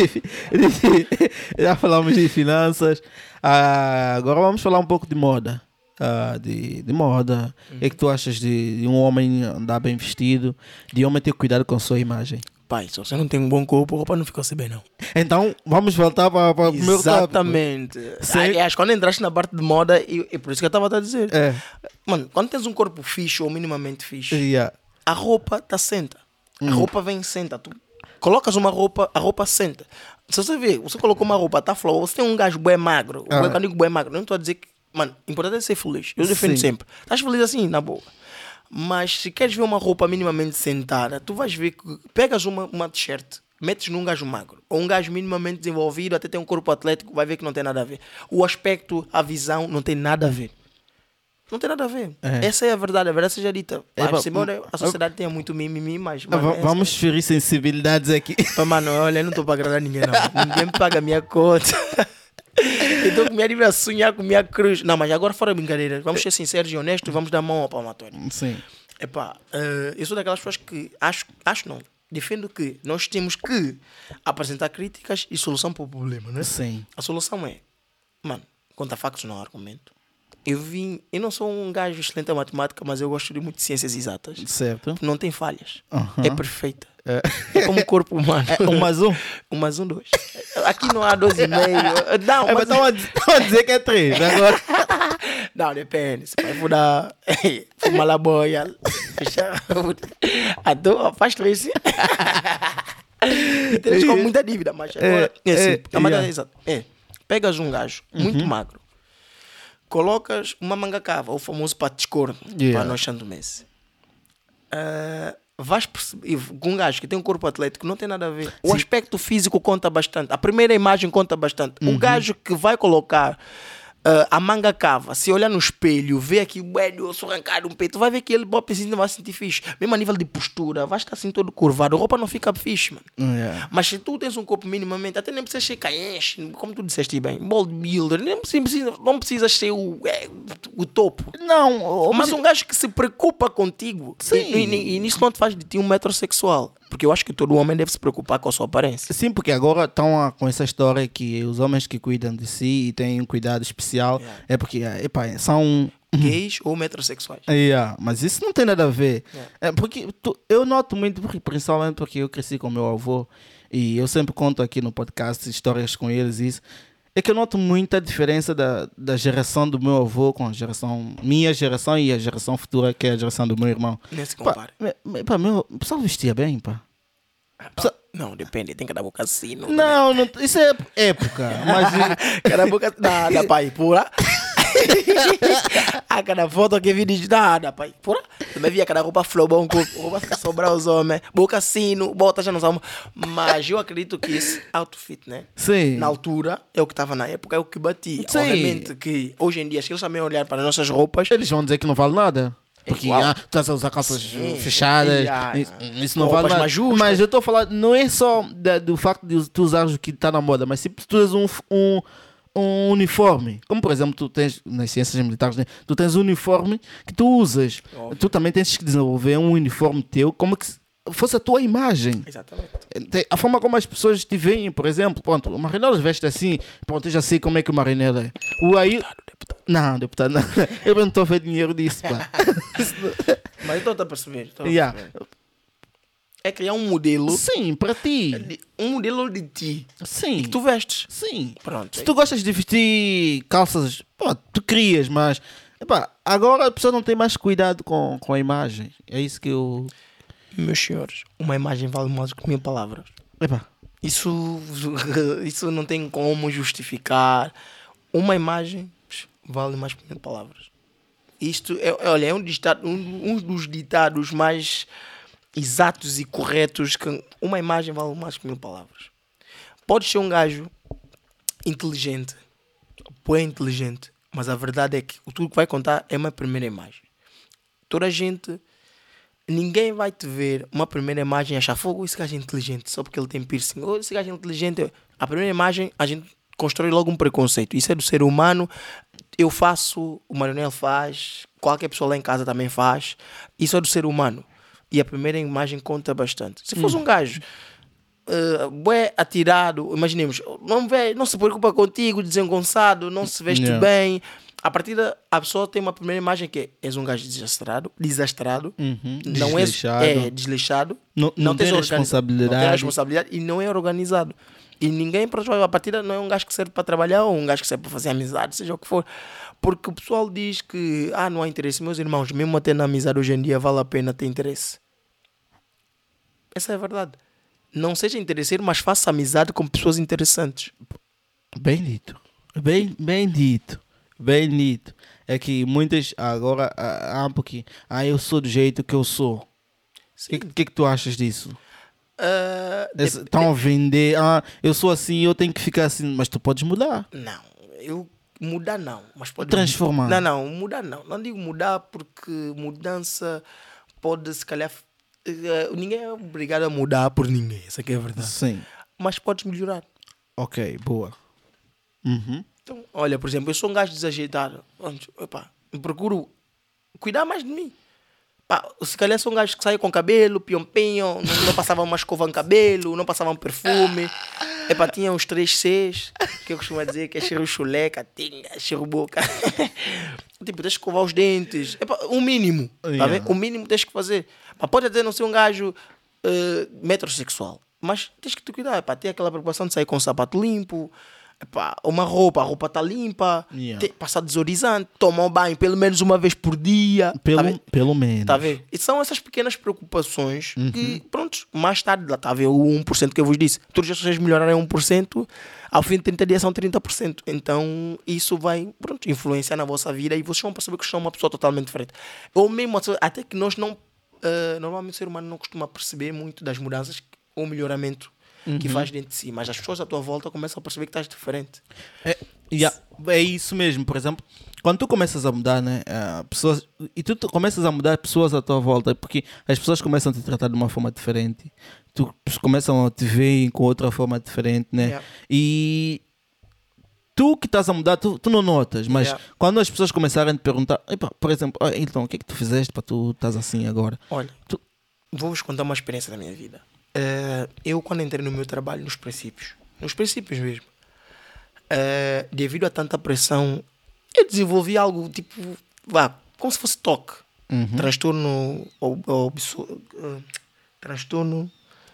Já falamos de finanças. Uh, agora vamos falar um pouco de moda. Uh, de, de moda. O uhum. que é que tu achas de, de um homem andar bem vestido? De homem ter cuidado com a sua imagem? Pai, se você não tem um bom corpo, a roupa não fica assim bem, não. Então, vamos voltar para, para o meu tópico. Exatamente. Aliás, quando entraste na parte de moda, é por isso que eu estava a dizer. É. Mano, quando tens um corpo fixe ou minimamente fixe, yeah. a roupa tá senta. A Hum. roupa vem senta. Tu colocas uma roupa, a roupa senta. Se você vê, você colocou uma roupa, tá flow, você tem um gajo bué magro. Ah. Quando eu digo bué magro, não estou a dizer que... Mano, o importante é ser feliz. Eu defendo Sim. sempre. Estás feliz assim, na boa. Mas se queres ver uma roupa minimamente sentada, tu vais ver que pegas uma, uma t-shirt, metes num gajo magro, ou um gajo minimamente desenvolvido, até tem um corpo atlético, vai ver que não tem nada a ver. O aspecto, a visão, não tem nada a ver. Não tem nada a ver. É. Essa é a verdade, a verdade seja dita. É, Mas, va- se embora a sociedade tenha muito mimimi, mas... Va- mano, essa- vamos ferir sensibilidades aqui. Pá, mano, olha, eu não estou para agradar ninguém, não. Ninguém me paga a minha conta. Eu estou com minha dívida a sonhar com minha cruz. Não, mas agora fora brincadeira. Vamos ser sinceros e honestos, vamos dar mão ao palmatório. Sim. Epá, uh, eu sou daquelas pessoas que acho, acho não, defendo que nós temos que apresentar críticas e solução para o problema, né? Sim. A solução é, mano, conta factos, não há argumento. Eu vim, eu não sou um gajo excelente em matemática, mas eu gosto de muito de ciências exatas. Certo. Não tem falhas. Uhum. É perfeita. É. É como o corpo humano. É um mais um? Um mais um, dois. Aqui não há dois e meio. Não, É, mas... estão a dizer- estão a dizer que é três agora. Não, depende. Se vai fudar, fumar la boia, a dor, faz três. E tens com muita dívida, mas agora é, é, assim, é, a maneira yeah. é exata. É, pegas um gajo muito magro, colocas uma manga cava, o famoso pato de escorno, Yeah. para nós santomenses. Uh, vais perceber, com um gajo que tem um corpo atlético, não tem nada a ver. O Sim. aspecto físico conta bastante. A primeira imagem conta bastante. O gajo que vai colocar uh, a manga cava, se olhar no espelho, vê aqui o velho osso arrancado um peito, vai ver que ele pode não vai se sentir fixe. Mesmo a nível de postura, vai estar assim todo curvado. A roupa não fica fixe, mano. Yeah. Mas se tu tens um corpo minimamente, até nem precisas ser caenche, como tu disseste bem, bodybuilder, nem precisa, não precisas ser o, é, o topo. Não, oh, Mas um gajo que se preocupa contigo. Sim. E, e, e nisso não te faz de ti um metrosexual. Porque eu acho que todo homem deve se preocupar com a sua aparência. Sim, porque agora estão com essa história que os homens que cuidam de si e têm um cuidado especial Yeah. é porque ah, epá, são. Gays ou metrosexuais. Yeah, mas isso não tem nada a ver. Yeah. É porque tu- eu noto muito, porque- principalmente porque eu cresci com o meu avô e eu sempre conto aqui no podcast histórias com eles e isso. É que eu noto muita diferença da, da geração do meu avô com a geração, minha geração e a geração futura, que é a geração do meu irmão. Nem se Pá, compara. me- me- pá, meu, o pessoal vestia bem, pá. Ah, não, depende. Tem que dar boca assim. Não, Não, não, isso é época, mas Cada boca. Nada, pai, pura. A cada foto que vi diz nada, pai, pura. Também via cada roupa flobão, com roupa que sobra os homens, boca sino, bota já não sabe. Mas eu acredito que esse outfit, né? sim. Na altura, é o que estava na época, é o que batia. Sim. Obviamente que hoje em dia, se eles também olhar para as nossas roupas, Eles vão dizer que não vale nada. Porque igual. ah, tu estás a usar calças Sim. fechadas, Yeah. isso, isso não Roupas vale nada. mais justas. Mas eu estou a falar, não é só da- do facto de tu usares o que está na moda, mas se tu tens um, f- um, um uniforme, como por exemplo tu tens nas ciências militares, né? Tu tens um uniforme que tu usas, Óbvio. tu também tens que desenvolver um uniforme teu como que se fosse a tua imagem. exatamente. Tem- A forma como as pessoas te veem, por exemplo, pronto, o Marinelo veste assim, pronto, eu já sei como é que o Marinelo é. O aí. Não, deputado, não. Eu não estou a ver dinheiro disso, pá. Mas estou a perceber. estou a Yeah. perceber. É criar um modelo, Sim, para ti. de- um modelo de ti, Sim. que tu vestes. Sim. Pronto. Se tu gostas de vestir calças, pô, tu crias, mas epá, agora a pessoa não tem mais cuidado com, com a imagem. É isso que eu. Meus senhores, uma imagem vale mais que mil palavras. Epá, Isso, isso não tem como justificar. Uma imagem psh, vale mais que mil palavras. Isto é, olha, é um, ditado, um, um dos ditados mais exatos e corretos que uma imagem vale mais que mil palavras. Pode ser um gajo inteligente, bem inteligente, mas a verdade é que o tudo que vai contar é uma primeira imagem. Toda a gente, ninguém vai te ver uma primeira imagem e achar fogo, esse gajo é inteligente só porque ele tem piercing, ou esse gajo é inteligente. A primeira imagem a gente constrói logo um preconceito. Isso é do ser humano. Eu faço, o Marinel faz, qualquer pessoa lá em casa também faz. Isso é do ser humano. E a primeira imagem conta bastante. Se fosse um gajo uh, bué atirado, imaginemos, não, vê, não se preocupa contigo, desengonçado, não se veste Yeah. bem. A partir da a pessoa tem uma primeira imagem que é, és um gajo desastrado, desastrado, uhum, não és desleixado. é desleixado, Não- não tem tens organi- responsabilidade. não tem responsabilidade e não é organizado. E ninguém, pronto, a partida não é um gajo que serve para trabalhar ou um gajo que serve para fazer amizade, seja o que for. Porque o pessoal diz que ah, não há interesse. Meus irmãos, mesmo até na amizade hoje em dia vale a pena ter interesse. Essa é a verdade. Não seja interesseiro, mas faça amizade com pessoas interessantes. Bem dito. Bem, bem dito. Bem dito. É que muitas agora há há um pouquinho. Ah, eu sou do jeito que eu sou. O que, que, que tu achas disso? Ah, de- Esse- Estão a vender. Ah, eu sou assim, eu tenho que ficar assim. Mas tu podes mudar. Não, eu mudar não, mas pode Transformar. Não, não, mudar não. Não digo mudar porque mudança pode se calhar eh, ninguém é obrigado a mudar por ninguém, essa aqui é a verdade. Sim. Mas podes melhorar. Ok, boa. Uhum. Então, olha, por exemplo, eu sou um gajo desajeitado. Onde, epá, eu procuro cuidar mais de mim. Pá, se calhar sou um gajo que saia com cabelo, pião-pião, não, não passava uma escova no cabelo, não passava um perfume. Epá, tinha uns três Cs, que eu costumo dizer que é cheiro chulé, catinga, cheiro boca. Tipo, tens que escovar os dentes. Epá, o mínimo, tá Yeah. vendo? O mínimo tens que fazer. Pá, pode até não ser um gajo eh, metrosexual, mas tens que te cuidar. Epá, ter aquela preocupação de sair com o sapato limpo. Epá, uma roupa, a roupa está limpa. Yeah. Ter- passar desodorizante, tomar um banho pelo menos uma vez por dia. Tá Pelo, vendo? pelo menos. Está a ver? E são essas pequenas preocupações Uhum. que, pronto, mais tarde, lá está a ver o um por cento que eu vos disse. Todas as pessoas melhorarem um por cento, ao fim de trinta dias são trinta por cento. Então, isso vai, pronto, influenciar na vossa vida e vocês vão perceber que são uma pessoa totalmente diferente. Ou mesmo, até que nós não, ah, normalmente o ser humano não costuma perceber muito das mudanças ou melhoramento que faz dentro de si, mas as pessoas à tua volta começam a perceber que estás diferente. É, yeah, é isso mesmo, por exemplo, quando tu começas a mudar, né, ah, pessoas, e tu, tu começas a mudar pessoas à tua volta, porque as pessoas começam a te tratar de uma forma diferente, tu começam a te ver com outra forma diferente, né, Yeah. e tu que estás a mudar, tu, tu não notas, mas Yeah. quando as pessoas começarem a te perguntar, "Epa, por exemplo, oh, então, o que é que tu fizeste para tu estás assim agora?" Olha, Tu- vou-vos contar uma experiência da minha vida. Eh, eu, quando entrei no meu trabalho, nos princípios, nos princípios mesmo, eh, devido a tanta pressão, eu desenvolvi algo tipo, vá, como se fosse toque. Uhum. Transtorno. Ou, ou, uh, transtorno.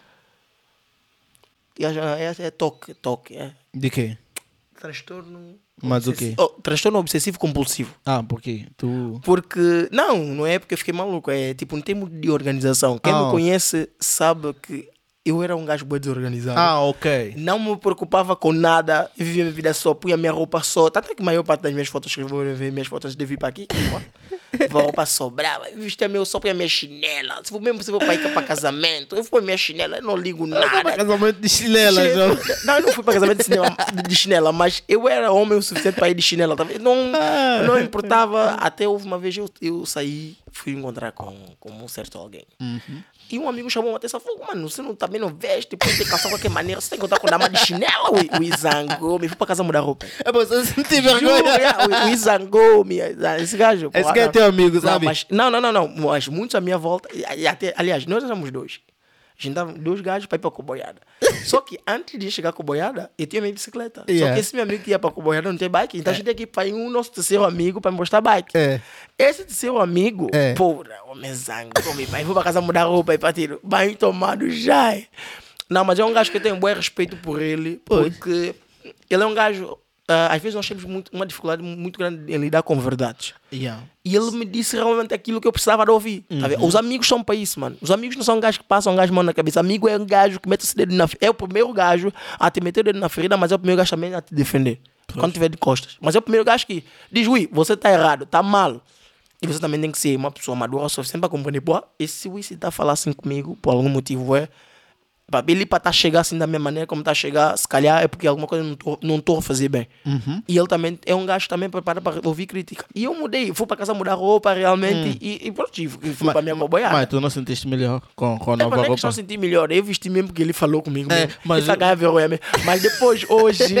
É, é toque, toque, é. De quê? Transtorno. Mas o obsessi- quê? oh, transtorno obsessivo compulsivo. Ah, por quê? Tu... Porque, não, não é porque eu fiquei maluco, é tipo, em termos de organização. Quem Ah, me conhece sabe que eu era um gajo bem desorganizado. Ah, ok. Não me preocupava com nada, eu vivia a minha vida só, punha a minha roupa só. Tanto é que a maior parte das minhas fotos que eu vou ver, minhas fotos de vir para aqui, vou a roupa sobrava, vestia meu só, punha a minha chinela. Se for mesmo se for para ir para casamento, eu vou a minha chinela, eu não ligo nada. Para casamento de chinela, já. Não, eu não fui para casamento de, cinema, de chinela, mas eu era homem o suficiente para ir de chinela. Tá vendo? Não, Ah. não importava. Até houve uma vez eu, eu saí, fui encontrar com, com um certo alguém. Uhum. E um amigo chamou uma atenção e falou: mano, você não, também não veste, pode ter calçado de qualquer maneira, você tem que encontrar com dama de chinela. O, o Izangou, me fui para casa mudar roupa. É para você sentir Juro, vergonha. é, o, o Izangou, esse gajo. Esse pô, que é não. teu amigo, Não, sabe? mas, não, não, não, não. Mas muitos à minha volta. E, e até, aliás, nós éramos dois. A gente dava dois gajos para ir para a Coboiada. Só que antes de chegar à Coboiada, eu tinha minha bicicleta. Só Yeah. que esse meu amigo que ia para a Coboiada não tem bike. Então a gente tinha que ir para um nosso terceiro amigo para mostrar bike. É. Esse terceiro amigo, É. porra, homem zangou, meu pai. Vou para casa mudar roupa e para tiro. Banho tomado já. é. Não, mas é um gajo que eu tenho um bom respeito por ele. Pois. Porque ele é um gajo. ah, às vezes nós temos muito, uma dificuldade muito grande em lidar com verdades. Yeah. E ele me disse realmente aquilo que eu precisava de ouvir. Tá vendo? Os amigos são para isso, mano. Os amigos não são gajos que passam um gajo mão na cabeça. Amigo é um gajo que mete o dedo na ferida. É o primeiro gajo a te meter o dedo na ferida, mas é o primeiro gajo também a te defender. Quando tiver de costas. Mas é o primeiro gajo que diz: ui, você tá errado, tá mal. E você também tem que ser uma pessoa madura o suficiente para compreender. Pô, esse ui, se tá a falar assim comigo, por algum motivo é. Pá, ele para tá a chegar assim da minha maneira como tá a chegar, se calhar é porque alguma coisa não tô, não tô a fazer bem. Uhum. E ele também é um gajo também preparado para ouvir crítica. E eu mudei, fui para casa mudar roupa realmente e, e pronto, e fui para a minha coboiada. Mas tu não sentiste melhor com, com a É, nova mas não é roupa? questão de sentir melhor. Eu vesti mesmo porque ele falou comigo. É, mesmo. mas Essa eu- ganha vergonha mesmo. Mas depois, hoje,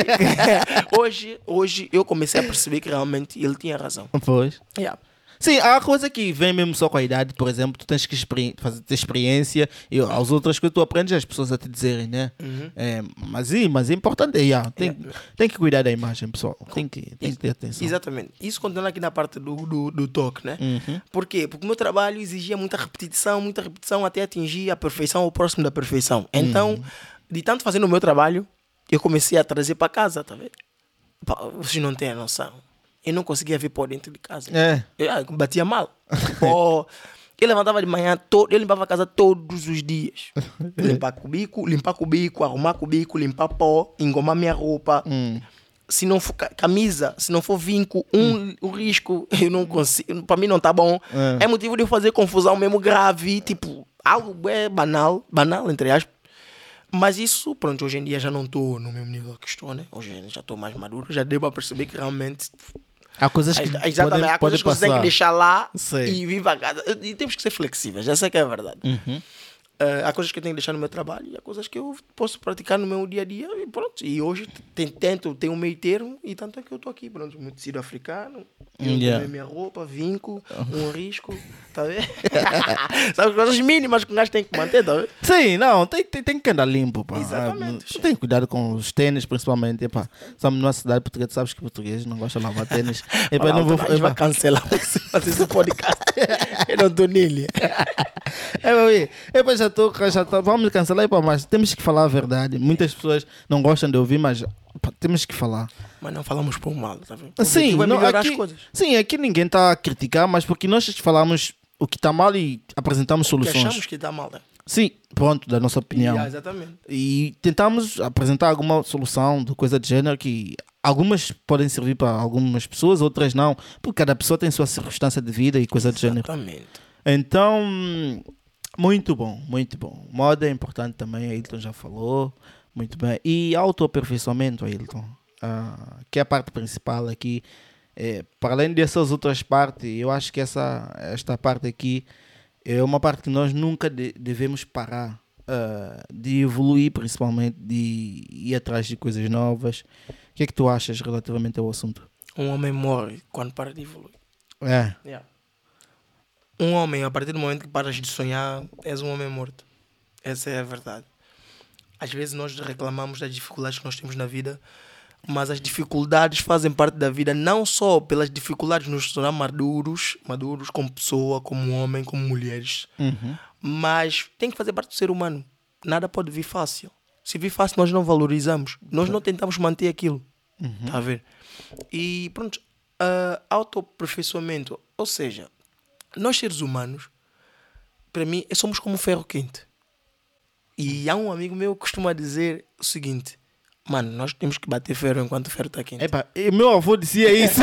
hoje, hoje, eu comecei a perceber que realmente ele tinha razão. Pois. Yeah. Sim, há coisa que vem mesmo só com a idade, por exemplo, tu tens que experi- fazer ter experiência e as outras coisas tu aprendes as pessoas a te dizerem, né? É, mas, sim, mas é importante, yeah, tem, Yeah. tem que cuidar da imagem, pessoal. Tem que, tem que ter atenção. Exatamente. Isso continuando aqui na parte do, do, do toque, né? Uhum. Por quê? Porque o meu trabalho exigia muita repetição, muita repetição até atingir a perfeição ou próximo da perfeição. Então, de tanto fazer o meu trabalho, eu comecei a trazer para casa, tá vendo? Pá, vocês não têm a noção. Eu não conseguia vir por dentro de casa. É. Eu, ah, eu batia mal. Pô, eu levantava de manhã, todo, eu limpava a casa todos os dias. Limpar cubico, limpar cubico, arrumar cubico, limpar pó, engomar minha roupa. Se não for ca- camisa, se não for vinco, um, um risco, eu não consigo. Para mim não tá bom. É. É motivo de eu fazer confusão mesmo grave, tipo, algo é banal, banal, entre aspas. Mas isso, pronto, hoje em dia já não estou no mesmo nível que estou, né? Hoje em dia já estou mais maduro, já devo perceber que realmente. Há coisas que Exatamente, podem, há podem coisas que você tem que passar. deixar lá Sei. e vir para casa. E temos que ser flexíveis, essa é que é a verdade. Uhum. Eh, há coisas que eu tenho que deixar no meu trabalho e há coisas que eu posso praticar no meu dia a dia e pronto. E hoje tem, tento, tem um meio termo e tanto é que eu estou aqui, pronto, muito tecido africano, eu Yeah. comer minha roupa, vinco, um risco, tá vendo? São as coisas mínimas que o gajo tem que manter, tá vendo? Sim, não, tem, tem, tem que andar limpo, pá. Exatamente, Tu sim. tem que cuidar com os tênis, principalmente, epá. Estamos numa cidade portuguesa, tu sabes que português não gosta de lavar tênis. Epá, eu não vou... A gente vai epá, cancelar você fazer esse podcast. Eu não estou nele. É, ui, epá, já estou, já tô, vamos cancelar, epá, mas temos que falar a verdade. Muitas pessoas não gostam de ouvir, mas epá, temos que falar. Mas não falamos por mal, tá vendo? O Sim, objetivo é não, melhorar aqui, as coisas. sim, aqui ninguém está a criticar, mas porque nós falamos o que está mal e apresentamos Que soluções. achamos que está mal, né? Sim, pronto, da nossa opinião. Yeah, exatamente. E tentamos apresentar alguma solução de coisa de género que algumas podem servir para algumas pessoas, outras não, porque cada pessoa tem sua circunstância de vida e coisa de género. Exatamente. Então, muito bom, muito bom. Moda é importante também, a Ailton já falou, muito bem. E autoaperfeiçoamento, Ailton, ah, que é a parte principal aqui. É, para além dessas outras partes, eu acho que essa, esta parte aqui é uma parte que nós nunca de- devemos parar uh, de evoluir, principalmente, de ir atrás de coisas novas. O que é que tu achas relativamente ao assunto? Um homem morre quando para de evoluir. É. Yeah. Um homem, a partir do momento que paras de sonhar, és um homem morto. Essa é a verdade. Às vezes nós reclamamos das dificuldades que nós temos na vida, mas as dificuldades fazem parte da vida, não só pelas dificuldades de nos tornar maduros, maduros como pessoa, como homem, como mulheres, Uhum. mas tem que fazer parte do ser humano. Nada pode vir fácil. Se vir fácil, nós não valorizamos. Nós não tentamos manter aquilo. Uhum. Tá a ver? E pronto, uh, autoaperfeiçoamento. Ou seja, nós seres humanos, para mim, somos como um ferro quente. E há um amigo meu que costuma dizer o seguinte: mano, nós temos que bater ferro enquanto o ferro está quente. Epa, e meu avô dizia isso.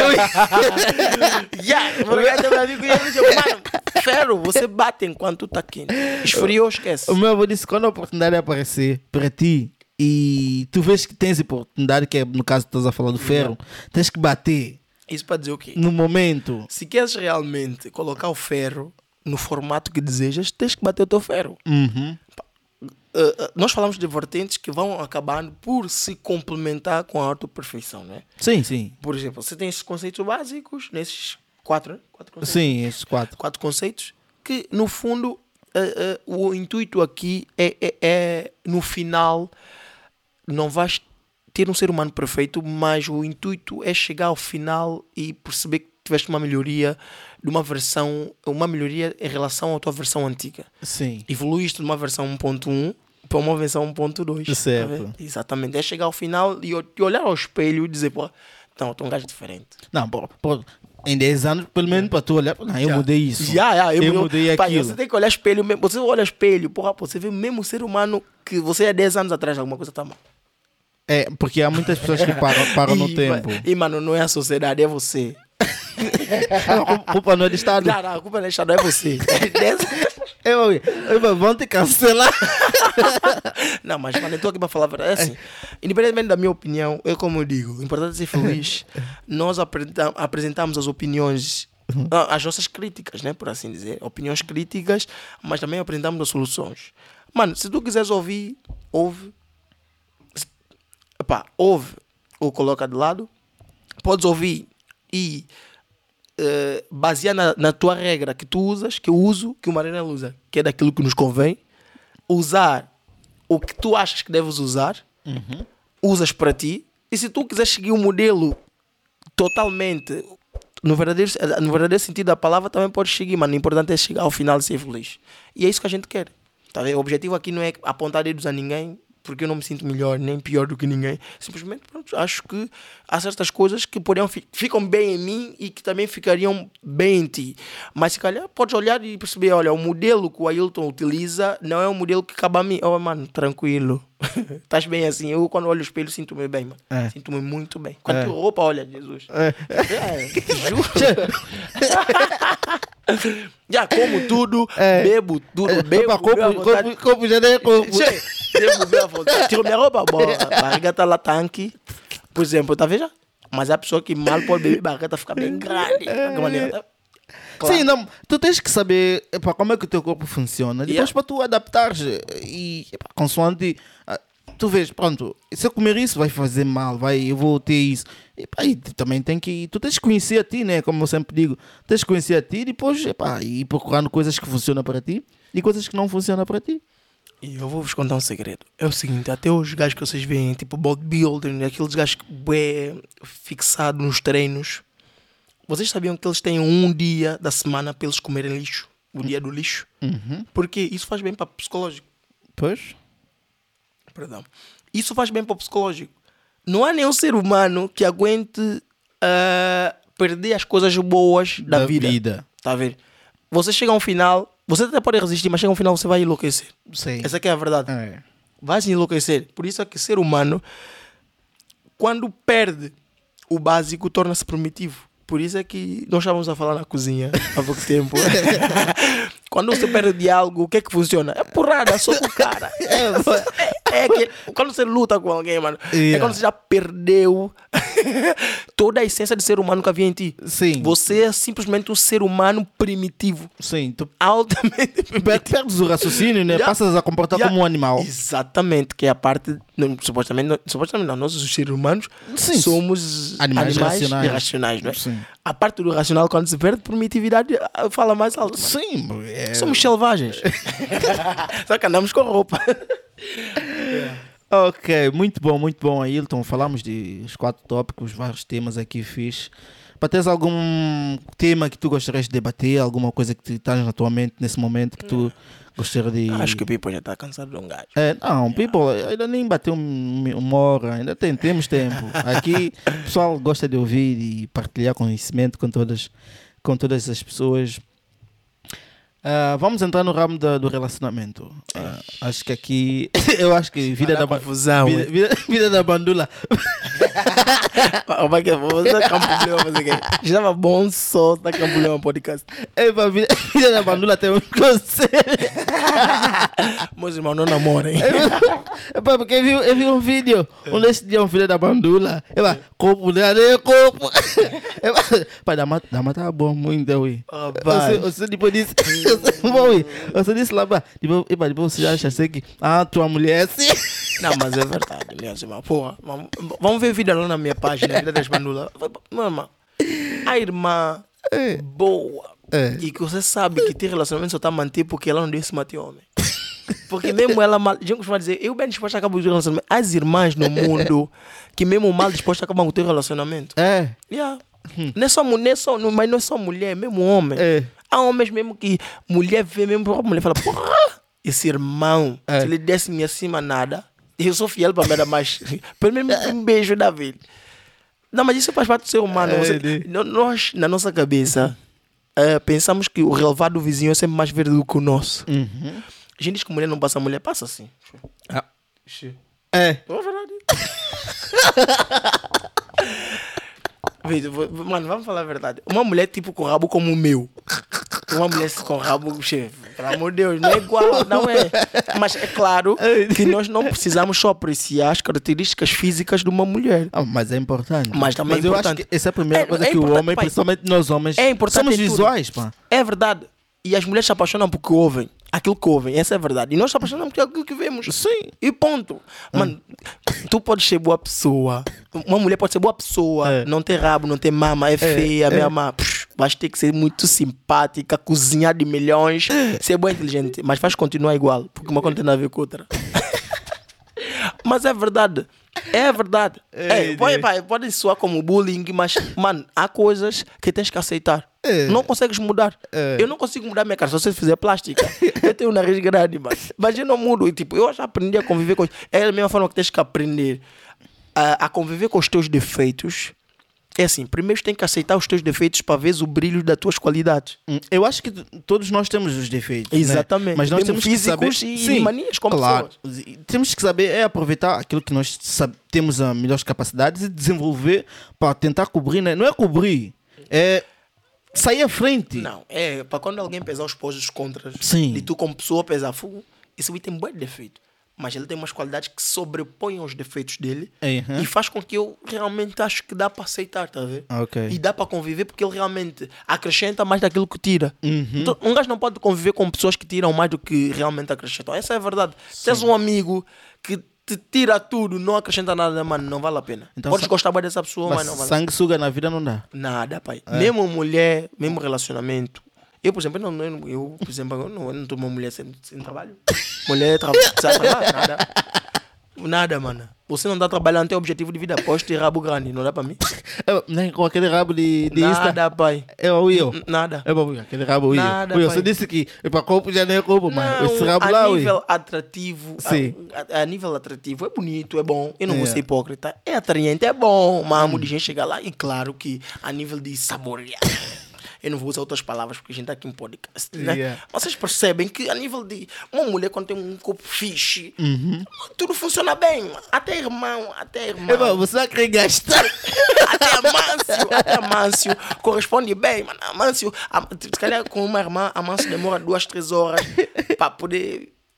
Yeah, meu amigo ia dizer, mano, ferro, você bate enquanto está quente. Esfriou, esquece. O meu avô disse que quando a oportunidade aparecer para ti e tu vês que tens a oportunidade, que é no caso que estás a falar do ferro, tens que bater Isso para dizer o quê? no momento. Se queres realmente colocar o ferro no formato que desejas, tens que bater o teu ferro. Uhum. Uh, uh, nós falamos de vertentes que vão acabando por se complementar com a autoperfeição, né? Sim, sim. Por exemplo, você tem esses conceitos básicos, nesses quatro, né? quatro conceitos. Sim, esses quatro. Quatro conceitos que, no fundo, uh, uh, o intuito aqui é, é, é, no final, não vais ter um ser humano perfeito, mas o intuito é chegar ao final e perceber que tiveste uma melhoria de uma versão, uma melhoria em relação à tua versão antiga. Sim. Evoluíste de uma versão um ponto um para uma versão um ponto dois. Certo. Tá, exatamente. É chegar ao final e te olhar ao espelho e dizer, pô, então, eu tô um gajo diferente. Não, pô, pô, em dez anos, pelo menos para tu olhar, não, eu Já. mudei isso. Já, já, eu, eu eu- mudei pai, aquilo. Você tem que olhar espelho mesmo. Você olha espelho, porra, pô, você vê mesmo o ser humano que você há dez anos atrás alguma coisa tá mal. É, porque há muitas pessoas que param, param no E, tempo. E, mano, não é a sociedade, é você. A culpa não é do Estado. Não, não, a culpa não é Estado, é você. É Eu, eu, vão te cancelar. Não, mas, mano, eu estou aqui para falar a verdade. É assim, independentemente da minha opinião, eu como eu digo, o importante é ser feliz. Nós apresenta- apresentamos as opiniões, ah, as nossas críticas, né, por assim dizer. Opiniões críticas, mas também apresentamos as soluções. Mano, se tu quiseres ouvir, ouve. Epá, ouve ou coloca de lado. Podes ouvir e eh, basear na, na tua regra que tu usas, que eu uso, que o Marina usa, que é daquilo que nos convém. Usar o que tu achas que deves usar, usas para ti. E se tu quiseres seguir um modelo totalmente no verdadeiro, no verdadeiro sentido da palavra, também podes seguir, mano. O importante é chegar ao final e ser feliz. E é isso que a gente quer. Tá vendo? O objetivo aqui não é apontar dedos a ninguém, porque eu não me sinto melhor nem pior do que ninguém. Simplesmente, pronto, acho que há certas coisas que poderiam fi- ficam bem em mim e que também ficariam bem em ti. Mas se calhar podes olhar e perceber, olha, o modelo que o Ailton utiliza não é um modelo que cabe a mim. Oh, mano, tranquilo. Estás bem assim. Eu, quando olho o espelho, sinto-me bem, mano. É. Sinto-me muito bem. Quando É. tu roupa, olha, Jesus. É. É, juro. Já como tudo, É. bebo tudo, bebo, Opa, bebo à corpo, vontade. corpo, corpo já nem é corpo. Che, devo ver a vontade. Tiro minha roupa, boa. A barriga tá lá tanque. Por exemplo, tá vendo? Mas a pessoa que mal pode beber, a barriga fica bem grande. De qualquer maneira, tá? Claro. Sim, não, tu tens que saber epá, como é que o teu corpo funciona. Depois Yeah. para tu adaptares e epá, consoante ah, tu vês, pronto, se eu comer isso vai fazer mal, vai, eu vou ter isso. Epá, e tu também tem que, tu tens que conhecer a ti, né? Como eu sempre digo, tens que conhecer a ti e depois epá, ir procurando coisas que funcionam para ti e coisas que não funcionam para ti. E eu vou vos contar um segredo. É o seguinte, até os gajos que vocês veem, tipo bodybuilding, aqueles gajos que bué fixados nos treinos, vocês sabiam que eles têm um dia da semana para eles comerem lixo? O dia do lixo? Uhum. Porque isso faz bem para o psicológico. Pois? Perdão. Isso faz bem para o psicológico. Não há nenhum ser humano que aguente ah, perder as coisas boas da, vida. Tá a ver? Você chega a um final, você até pode resistir, mas chega a um final você vai enlouquecer. Sim. Essa que é a verdade. É. Vai se enlouquecer. Por isso é que ser humano, quando perde o básico, torna-se primitivo. Por isso é que nós estávamos a falar na cozinha há pouco tempo. Quando você perde algo, o que é que funciona? É porrada, só com o cara. É, É que quando você luta com alguém, mano, Yeah. é quando você já perdeu toda a essência de ser humano que havia em ti. Sim. Você é simplesmente um ser humano primitivo. Sim, tu Altamente per- primitivo. perdes o raciocínio, né? Yeah. Passas a comportar Yeah. como um animal. Exatamente, que é a parte. Não, supostamente, não, supostamente não, nós os seres humanos Sim. somos Animais animais, racionais. irracionais, não é? Sim. A parte do racional, quando se perde, primitividade ah, fala mais alto. Sim, é... Somos selvagens. Só que andamos com roupa. Ok, muito bom, muito bom, Ailton. Falamos de os quatro tópicos, vários temas aqui fiz. Para teres algum tema que tu gostarias de debater, alguma coisa que estás na tua mente nesse momento que tu gostarias de... Acho que o Pipo já está cansado de um gajo. É, não, people, ainda nem bateu um- uma hora, ainda tem, temos tempo. Aqui o pessoal gosta de ouvir e partilhar conhecimento com todas, com todas as pessoas. Ah, vamos entrar no ramo da- do relacionamento. Ah, acho que aqui, eu acho que vida Vai da, dar ba- confusão, vida, hein? vida, vida da bandula. Como é que eu vou fazer Campo Leão fazer quê? Já estava bom só da Campo Leão podcast. Epa, vida, vida da bandula tem um conselho. Meus irmãos não namorem. Epa, porque eu vi, eu vi um vídeo onde esse dia um filho da bandula. Epa, copo de areia, copo. Epa, pá, da mata, da mata tá bom, muito, ui. Rapaz. Você, você depois disse, bom, ui. Você disse lá, pá, depois, epa, depois você já acha assim que, ah, tua mulher é assim. Não, mas é verdade, meus irmãos. Porra, vamos, vamos ver vídeo lá na minha página, Vida das Bandulas. Meu irmão, a irmã boa É. e que você sabe que tem relacionamento só está a manter porque ela não deu esse mate homem. Porque mesmo ela mal. A gente costuma dizer, eu bem disposto acabo com o relacionamento. As irmãs no mundo que mesmo mal disposto acabam com o teu relacionamento. É. Yeah. Não é só mulher, só, não, mas não é só mulher, é mesmo homem. É. Há homens mesmo que mulher vê mesmo, a mulher fala, porra, esse irmão, É. se ele desse-me acima nada, eu sou fiel para me dar mais. Pelo menos um beijo da vida. Não, mas isso faz parte do ser humano. É, Você- né? no- nós, na nossa cabeça, eh, pensamos que o relevado do vizinho é sempre mais verde do que o nosso. Uhum. A gente diz que mulher não passa, mulher passa assim. Ah. É. É verdade. Veja, vou- Mano, vamos falar a verdade. Uma mulher tipo com rabo como o meu. Uma mulher com rabo, chefe, pelo amor de Deus, não é igual, não é. Mas é claro que nós não precisamos só apreciar as características físicas de uma mulher. Ah, mas é importante. Mas também mas é eu acho importante. que essa é a primeira É- coisa é que o importante, homem, pai. principalmente nós homens, É importante somos em tudo. visuais, pá. É verdade. E as mulheres se apaixonam porque ouvem. Aquilo que ouvem, essa é a verdade. E nós se apaixonamos por aquilo que vemos. Sim. E ponto. Mano, tu podes ser boa pessoa. Uma mulher pode ser boa pessoa, É. não ter rabo, não ter mama, é feia, é. mesma. Psh, Vais ter que ser muito simpática, cozinhar de milhões, ser boa inteligente. Mas faz continuar igual, porque uma coisa não tem nada a ver com outra. Mas é verdade. É verdade. É, É, pode, né? pá, pode soar como bullying, mas, mano, há coisas que tens que aceitar. É. Não consegues mudar. É. Eu não consigo mudar minha cara se você fizer plástica. Eu tenho um nariz grande, mas, mas eu não mudo. E, tipo, eu já aprendi a conviver com. É a mesma forma que tens que aprender a, a conviver com os teus defeitos. É assim, primeiro tens que aceitar os teus defeitos para ver o brilho das tuas qualidades. Hum, Eu acho que t- todos nós temos os defeitos. né? Exatamente. Mas nós Mesmo temos que saber. físicos e de manias como claro. E temos que saber é aproveitar aquilo que nós sab- temos as melhores capacidades e desenvolver para tentar cobrir, né? Não é cobrir, é sair à frente. Não, é para quando alguém pesar os pós e os contras. Sim. E tu, como pessoa, pesar fogo, esse aí tem um bom defeito. Mas ele tem umas qualidades que sobrepõem aos defeitos dele Uhum. e faz com que eu realmente acho que dá para aceitar, tá a ver? Ok. E dá para conviver porque ele realmente acrescenta mais daquilo que tira. Uhum. Então, um gajo não pode conviver com pessoas que tiram mais do que realmente acrescentam. Essa é a verdade. Se tens um amigo que te tira tudo, não acrescenta nada, mano, não vale a pena. Então, Podes sa- gostar mais dessa pessoa, mas, Mas não vale a pena. sanguessuga na vida não dá. Nada, pai. Mesmo mulher, mesmo relacionamento. Eu, por exemplo, eu, não, eu, eu, por exemplo, eu não, eu não tô uma mulher sem, sem trabalho. Mulher tra precisa trabalhar, nada. Nada, mano. Você não dá trabalho, não tem objetivo de vida. Pode ter rabo grande, não dá para mim? É, nem com aquele rabo de, de Insta. Nada, pai. É o eu. N- Nada. É para aquele rabo eu. Nada, Ui, pai. Você disse que é para corpo já não é corpo, mas Não, esse rabo a lá, ui. nível atrativo, Sim. a, a- a nível atrativo é bonito, é bom. Eu não vou É. ser hipócrita. É atraente, é bom. Uma amo de gente chegar lá e claro que a nível de saborear. Eu não vou usar outras palavras porque a gente está aqui em podcast, né? Yeah. Vocês percebem que a nível de uma mulher quando tem um corpo fixe, Uhum. tudo funciona bem. Mano. Até irmão, até irmão. É, mas você vai querer gastar. Até Amâncio, até Amâncio corresponde bem, mano. Amâncio, a- se calhar com uma irmã, Amâncio demora duas, três horas para poder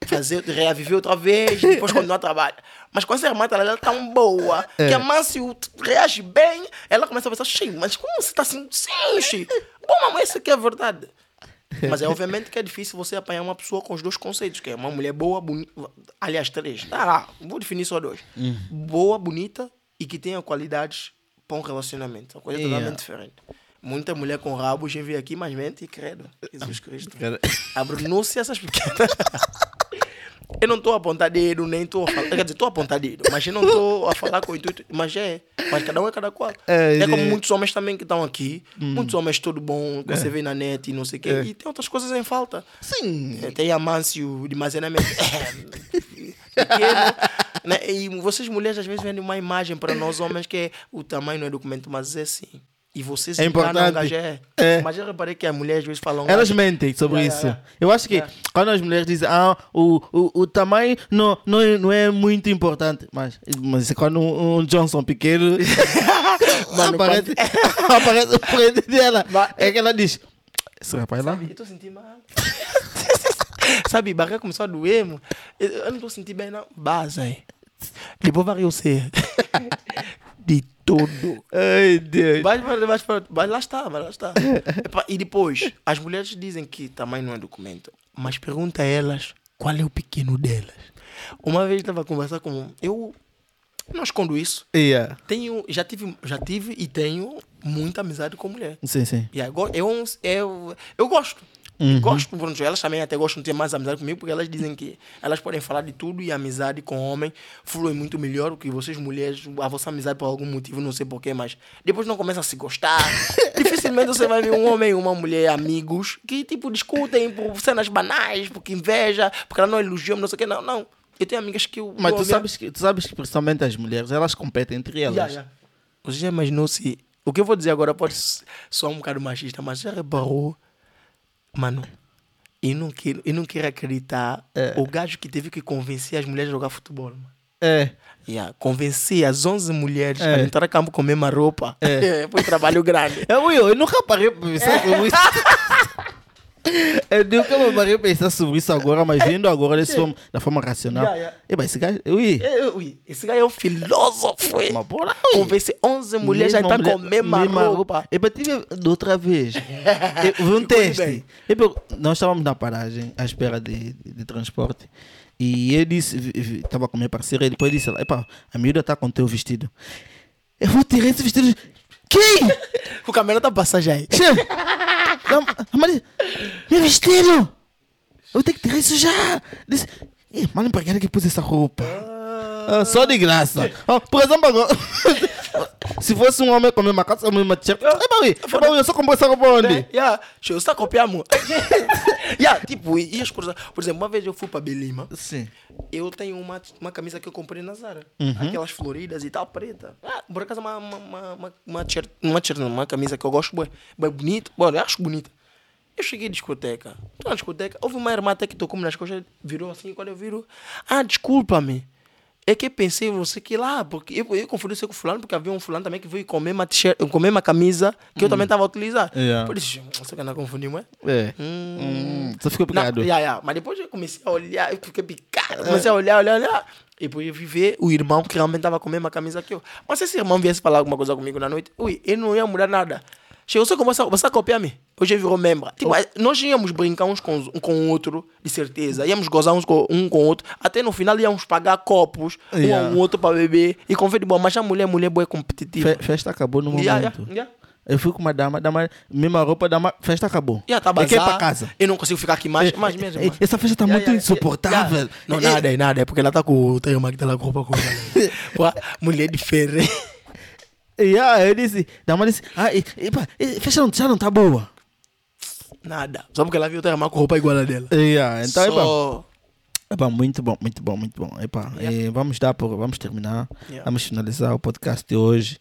fazer, reaviver outra vez, depois continuar a trabalho. Mas quando essa irmã tá lá, ela é tão boa, é. que a Mâncio reage bem, ela começa a pensar, sim, mas como você tá assim? Sim, sim. Bom, mamãe, isso aqui é verdade. Mas é obviamente que é difícil você apanhar uma pessoa com os dois conceitos, que é uma mulher boa, bonita, aliás, três. Tá lá, vou definir só dois. Hum. Boa, bonita e que tenha qualidades para um relacionamento. Uma coisa yeah. totalmente diferente. Muita mulher com rabos vem vir aqui, mas mente e credo. Jesus Cristo. A pronúncia essas pequenas. Eu não estou a apontar dedo, nem estou a falar. Quer dizer, estou a apontar dedo, mas eu não estou a falar com o intuito. Mas é. Mas cada um é cada qual. É, é como muitos homens também que estão aqui. Hum. Muitos homens tudo bom, que é. você vê na net e não sei o quê. É. E tem outras coisas em falta. Sim. É, tem Amâncio de armazenamento. É, pequeno. Né? E vocês mulheres às vezes vendem uma imagem para nós homens que é, o tamanho não é documento, mas é sim. E vocês é importante. Um é. É. Mas eu reparei que as mulheres às vezes falam... Elas mentem sobre yeah, isso. Yeah, yeah. Eu acho que yeah. quando as mulheres dizem ah, o, o, o tamanho não, não, é, não é muito importante. Mas, mas quando um, um Johnson pequeno Mano, aparece, quando... aparece o frente dela. Mas... É que ela diz... Esse rapaz lá... Sabe, eu estou sentindo mal. Sabe, barriga começou a doer, mano. Eu, eu não estou sentindo bem, não. Base. Depois vai eu ser. De tudo. Ai, Deus. Mas, mas, mas, mas lá está, mas lá está. E depois, as mulheres dizem que tamanho não é documento, mas pergunta a elas qual é o pequeno delas. Uma vez estava a conversar com... Eu não escondo isso. Yeah. Tenho, já, tive, já tive e tenho muita amizade com mulher. Sim, sim. Yeah, eu, eu, eu gosto. Uhum. Gosto, elas também até gostam de ter mais amizade comigo, porque elas dizem que elas podem falar de tudo e a amizade com homem flui muito melhor do que vocês mulheres, a vossa amizade por algum motivo, não sei porquê, mas depois não começa a se gostar. Dificilmente você vai ver um homem e uma mulher amigos que tipo discutem por cenas banais, porque inveja, porque ela não elogiou, não sei o que, não, não. Eu tenho amigas que eu... Mas tu sabes, que, tu sabes que principalmente as mulheres, elas competem entre elas. Yeah, yeah. Você já imaginou se... O que eu vou dizer agora pode soar um bocado machista, mas já reparou... Mano, eu não quero, eu não quero acreditar é. o gajo que teve que convencer as mulheres a jogar futebol, mano. É. Yeah, convencer as onze mulheres é. a entrar a campo com a mesma roupa. É. Foi um trabalho grande. Eu, eu, eu nunca parei para pensar sobre isso. Eu nunca me parei para pensar sobre isso agora, mas vendo agora desse forma, da forma racional. Yeah, yeah. Eba, esse gajo, ui. É, ui. Esse gajo é um filósofo. Mas porra, convencer onze mulheres a entrar com a mesma, mesma roupa. roupa. Eba, tive de outra vez. Eu vi um teste. Eba, nós estávamos na paragem à espera de, de, de transporte. E ele disse, estava com a minha parceira, e depois disse, epa, a miúda está com o teu vestido. Eu vou tirar esse vestido. Quem? O caminhão está passando já aí. Mas, meu vestido! Eu tenho que tirar isso já! Disse, mano, empregada que pôs essa roupa. Ah, só de graça. Oh, por exemplo, agora, se fosse um homem com a mesma calça, a mesma t-shirt, eu só comprei essa roupa onde? Yeah, eu só copiamos. Yeah, tipo, e as coisas. Por exemplo, uma vez eu fui para Belima. Sim. Eu tenho uma, uma camisa que eu comprei na Zara. Uhum. Aquelas floridas e tal, preta. Ah, por acaso, uma, uma, uma, uma, uma, t-shirt, uma, t-shirt, uma camisa que eu gosto, bem, bem bonita. Bom, eu acho bonita. Eu cheguei à discoteca. Estou na discoteca. Houve uma irmã até que tocou-me nas costas, virou assim. Quando eu viro, ah, desculpa-me. É que eu pensei em você que lá, porque eu, eu confundi você com o fulano, porque havia um fulano também que veio com a mesma, com a mesma camisa que hum. eu também estava a utilizar. Yeah. Por isso, você que não confundiu, é? É. Hum. Hum. Você ficou picado. Não, yeah, yeah. Mas depois eu comecei a olhar, eu fiquei picado. Comecei a olhar, olhar, olhar. E depois eu vi ver o irmão que realmente estava com a mesma camisa que eu. Mas se esse irmão viesse falar alguma coisa comigo na noite, ui, ele não ia mudar nada. Chegou, você começa, você a copiar-me. Hoje virou membro. Tipo, oh. Nós íamos brincar uns com, um com o outro, de certeza. Íamos gozar uns com, um com o outro. Até no final íamos pagar copos, yeah. um ao outro para beber. E confere, bom, mas a mulher, mulher boa é competitiva. Fe, festa acabou no momento. Yeah, yeah, yeah. Eu fui com uma dama, dama, mesma roupa, dama, festa acabou. Yeah, tá eu quero ir para casa. Eu não consigo ficar aqui mais, mais mesmo. É, essa festa está yeah, muito yeah, insuportável. Yeah. Não, é, nada, é nada. É porque ela está com o tema que está lá com roupa com ela. Mulher de ferro. Yeah, eu disse, dama disse, ah, e, e, festa já não está boa. Nada. Só porque ela viu ter uma roupa igual a dela. Yeah, então, Só... epa, epa, muito bom, muito bom, muito bom. Epa, yeah. e vamos dar por, vamos terminar. Yeah. Vamos finalizar o podcast de hoje.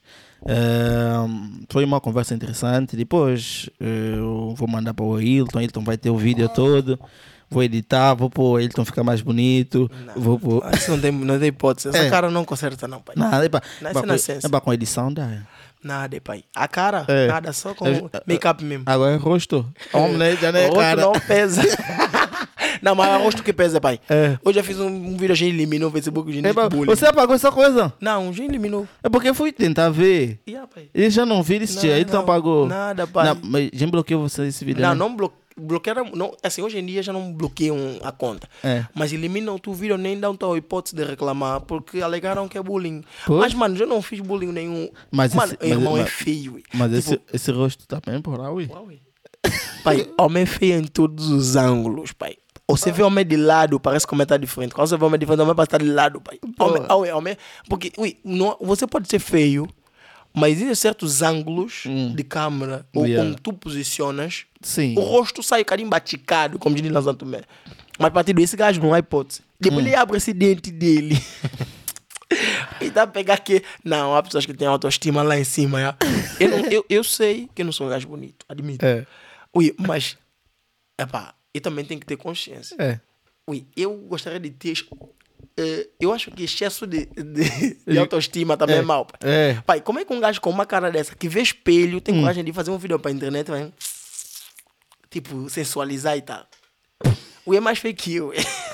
Um, foi uma conversa interessante. Depois eu vou mandar para o Ailton. Ailton vai ter o vídeo todo. Vou editar, vou pôr o Ailton ficar mais bonito. Não, vou pôr... Isso não tem, não tem hipótese. Essa é. cara não conserta, não, pai. Nada, epa, não, epa, é epa, com edição dá. Nada, pai. A cara, é. nada, só com make-up mesmo. Agora é rosto. Homem, né? Já não é o cara. não pesa. Não, mas arrosto que pesa, pai. É. Hoje já fiz um, um vídeo, a gente eliminou o Facebook, a gente É, pá, bullying. você apagou essa coisa? Não, a gente eliminou. É porque eu fui tentar ver. Yeah, pai. Ele já não viu esse Não, dia, ele não não, apagou. nada, pai. Não, mas já bloqueou você esse vídeo, Não, né? não bloqueia. Bloquearam, não, assim, hoje em dia já não bloqueiam a conta. É. Mas eliminam o teu vídeo, nem dão a hipótese de reclamar, porque alegaram que é bullying. Pois. Mas, mano, eu não fiz bullying nenhum. Mas mano, esse- irmão mas- é feio. ué. Mas Tipo, esse, esse rosto tá bem por lá, ui. uau, ué. Pai, homem é feio em todos os ângulos, pai. Ou você vê homem de lado, parece que o homem tá de frente. Quando você vê homem de frente, o homem parece estar de lado, pai. Homem, homem, homem. Porque, ui, não, você pode ser feio, mas existem certos ângulos Hum. de câmera, ou Yeah. como tu posicionas, Sim. o rosto sai carinho baticado, como diz lá Santo Tomé. Mas a partir desse gajo não há hipótese. Depois ele abre esse dente dele. E tá a pegar que. Não, há pessoas que têm autoestima lá em cima. Já. Eu, não- eu, eu sei que eu não sou um gajo bonito, admito. É. Ui, mas. Epá, eu também tenho que ter consciência. É. Ui, eu gostaria de ter. eh, eu acho que excesso de, de, de autoestima também é, É. mau. Pai. É. Pai, como é que um gajo com uma cara dessa que vê espelho tem coragem de fazer um vídeo pra internet, vai, tipo, sensualizar e tal? O é mais feio que eu.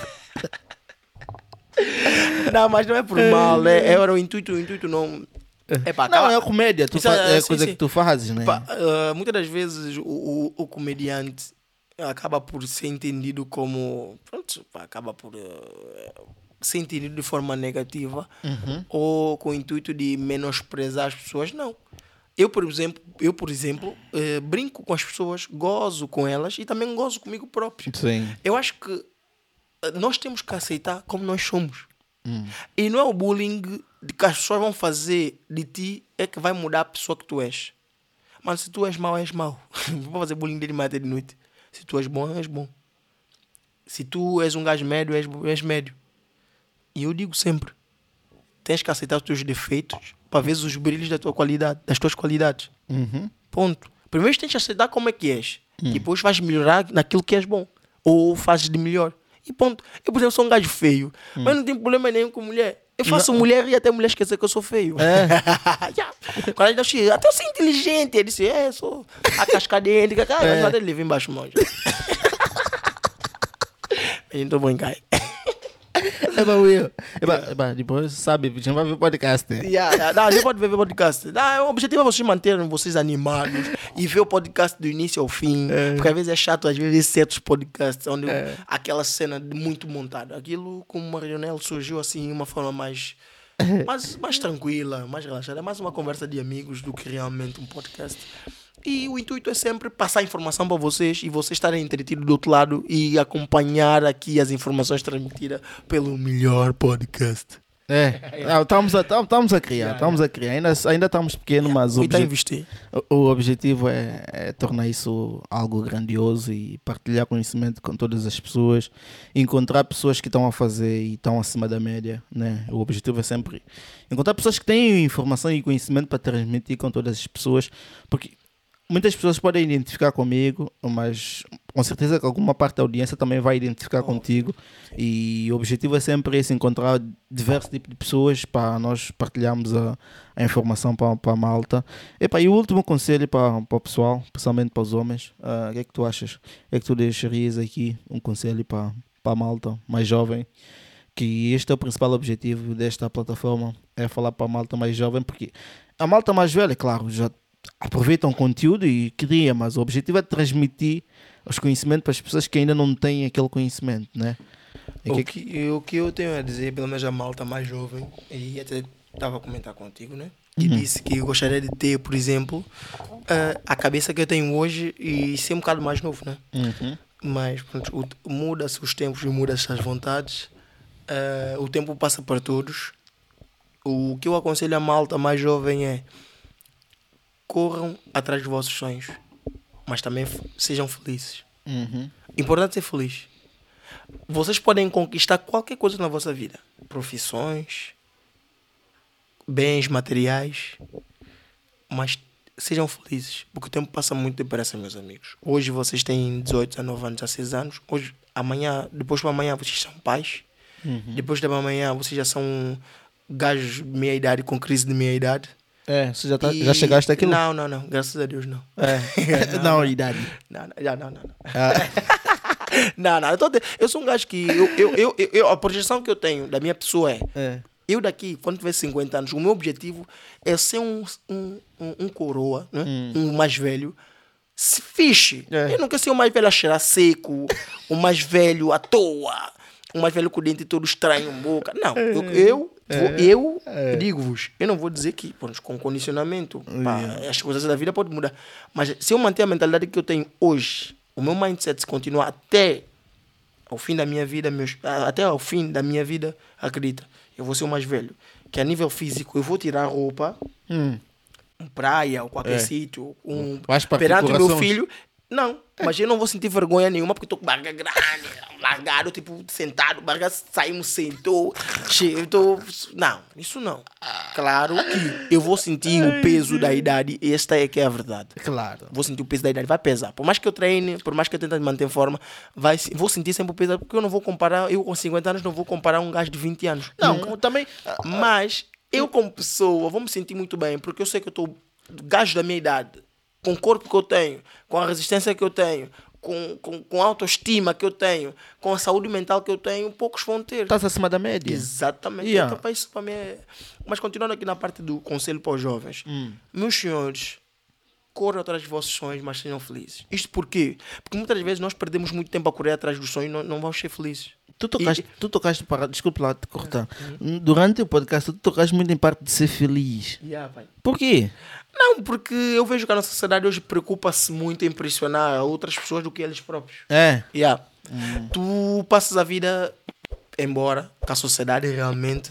Não, mas não é por mal, é, é o intuito, o intuito não. É pá, Não, acaba- é comédia, tu Isso fa- é- é sim, coisa sim. que tu fazes, né? Pá, ah, muitas das vezes o, o, o comediante acaba por ser entendido como. Pronto, pá, acaba por eh, ser entendido de forma negativa ou com o intuito de menosprezar as pessoas. Não. Eu, por exemplo, eu, por exemplo eh, brinco com as pessoas, gozo com elas e também gozo comigo próprio. Sim. Eu acho que eh, nós temos que aceitar como nós somos. E não é o bullying de que as pessoas vão fazer de ti é que vai mudar a pessoa que tu és. Mano, se tu és mau, és mau. Não vou fazer bullying de manhã até de noite. Se tu és bom, és bom. Se tu és um gajo médio, és, és médio. E eu digo sempre, tens que aceitar os teus defeitos para ver os brilhos da tua qualidade, das tuas qualidades. Uhum. Ponto. Primeiro tens que aceitar como é que és. Depois vais melhorar naquilo que és bom. Ou fazes de melhor. E ponto. Eu, por exemplo, sou um gajo feio. Mas não tenho problema nenhum com mulher. Eu faço mulher e até mulher esquecer que eu sou feio. É. Yeah. Quando ela disse, até eu sou inteligente. Ele disse, é, sou a cascadente. Ah, É. mas até ele vem embaixo, mão. A gente tô brincando. É bom, Will. É bom, é bom, depois, sabe, a gente vai ver o podcast. né? Yeah, yeah. Não, a gente pode ver o podcast. Não, o objetivo é vocês manterem vocês animados e ver o podcast do início ao fim. Porque às vezes é chato, às vezes, certos podcasts onde aquela cena de muito montada. Aquilo, como Marionel, surgiu assim de uma forma mais, mais, mais tranquila, mais relaxada. É mais uma conversa de amigos do que realmente um podcast. E o intuito é sempre passar informação para vocês e vocês estarem entretidos do outro lado e acompanhar aqui as informações transmitidas pelo melhor podcast. É, não, estamos a, tam- estamos a criar, estamos a criar. Ainda, ainda estamos pequenos, mas o, E está a obje- investir. o- o objetivo é, é tornar isso algo grandioso e partilhar conhecimento com todas as pessoas, encontrar pessoas que estão a fazer e estão acima da média, né? O objetivo é sempre encontrar pessoas que têm informação e conhecimento para transmitir com todas as pessoas, porque muitas pessoas podem identificar comigo, mas com certeza que alguma parte da audiência também vai identificar contigo. E o objetivo é sempre esse, encontrar diversos tipos de pessoas para nós partilharmos a, a informação para, para a malta. Epa, e o último conselho para, para o pessoal, principalmente para os homens, ah, o que é que tu achas? O que é que tu deixarias aqui, um conselho para, para a malta mais jovem? Que este é o principal objetivo desta plataforma, é falar para a malta mais jovem, porque a malta mais velha, claro, já aproveitam o conteúdo e cria, mas o objetivo é transmitir os conhecimentos para as pessoas que ainda não têm aquele conhecimento, né? E O que- que, o que eu tenho a dizer, pelo menos a malta mais jovem, e até estava a comentar contigo, né? E disse que eu gostaria de ter, por exemplo, a, a cabeça que eu tenho hoje e ser um bocado mais novo, né? Uhum. Mas pronto, o- muda-se os tempos e muda-se as vontades. Ah, o tempo passa para todos. O que eu aconselho a malta mais jovem é corram atrás dos vossos sonhos, mas também f- sejam felizes. Uhum. Importante ser feliz. Vocês podem conquistar qualquer coisa na vossa vida. Profissões, bens materiais, mas sejam felizes, porque o tempo passa muito depressa, meus amigos. Hoje vocês têm dezoito, dezenove anos, dezesseis anos. Hoje, amanhã, depois de amanhã vocês são pais. Depois de amanhã vocês já são gajos de meia idade com crise de meia idade. É, você já, tá, E- já chegaste àquilo? Não, não, não. Graças a Deus, não. É. não, idade. Não, não, já não, não. não. Ah, Não, não, eu, tô, eu sou um gajo que. Eu, eu, eu, eu- eu- a projeção que eu tenho da minha pessoa é. É. Eu daqui, quando tiver cinquenta anos, o meu objetivo é ser um, um, um, um coroa, né? Um mais velho. Se fixe. É. Eu não quero ser o mais velho a cheirar seco, o mais velho à toa, o mais velho com o dente todo estranho, boca. Não, eu, eu, vou- eu digo-vos, eu não vou dizer que, pronto, com condicionamento, pá, as coisas da vida podem mudar. Mas se eu manter a mentalidade que eu tenho hoje, o meu mindset se continuar até ao fim da minha vida, meus, até ao fim da minha vida, acredita, eu vou ser o mais velho. Que a nível físico eu vou tirar a roupa, Hum. um praia ou qualquer É. sítio, um, Vais partir perante o meu corações. filho. Não, mas eu não vou sentir vergonha nenhuma porque estou com barriga grande, largado, tipo, sentado, barriga saiu, sentou, cheio, eu tô... Não, isso não. Claro que eu vou sentir o peso da idade, e esta é que é a verdade. Claro. Vou sentir o peso da idade, vai pesar. Por mais que eu treine, por mais que eu tente me manter em forma, vai, vou sentir sempre o peso, porque eu não vou comparar, eu com cinquenta anos não vou comparar um gajo de vinte anos. Não, Nunca. também. Mas eu, como pessoa, vou me sentir muito bem, porque eu sei que eu estou gajo da minha idade, com o corpo que eu tenho, com a resistência que eu tenho, com, com, com a autoestima que eu tenho, com a saúde mental que eu tenho, poucos vão ter. Estás acima da média. Exatamente. Yeah. Então, para isso, para mim é... Mas continuando aqui na parte do conselho para os jovens, Hum. meus senhores, corram atrás dos vossos sonhos, mas sejam felizes. Isto porquê? Porque muitas vezes nós perdemos muito tempo a correr atrás dos sonhos e não, não vamos ser felizes. Tu tocaste, E- tu tocaste para. Desculpa lá te cortar. Durante o podcast, tu tocaste muito em parte de ser feliz. Yeah, vai. Por quê? Não, porque eu vejo que a nossa sociedade hoje preocupa-se muito em impressionar outras pessoas do que eles próprios. É. Yeah. Tu passas a vida embora, que a sociedade realmente.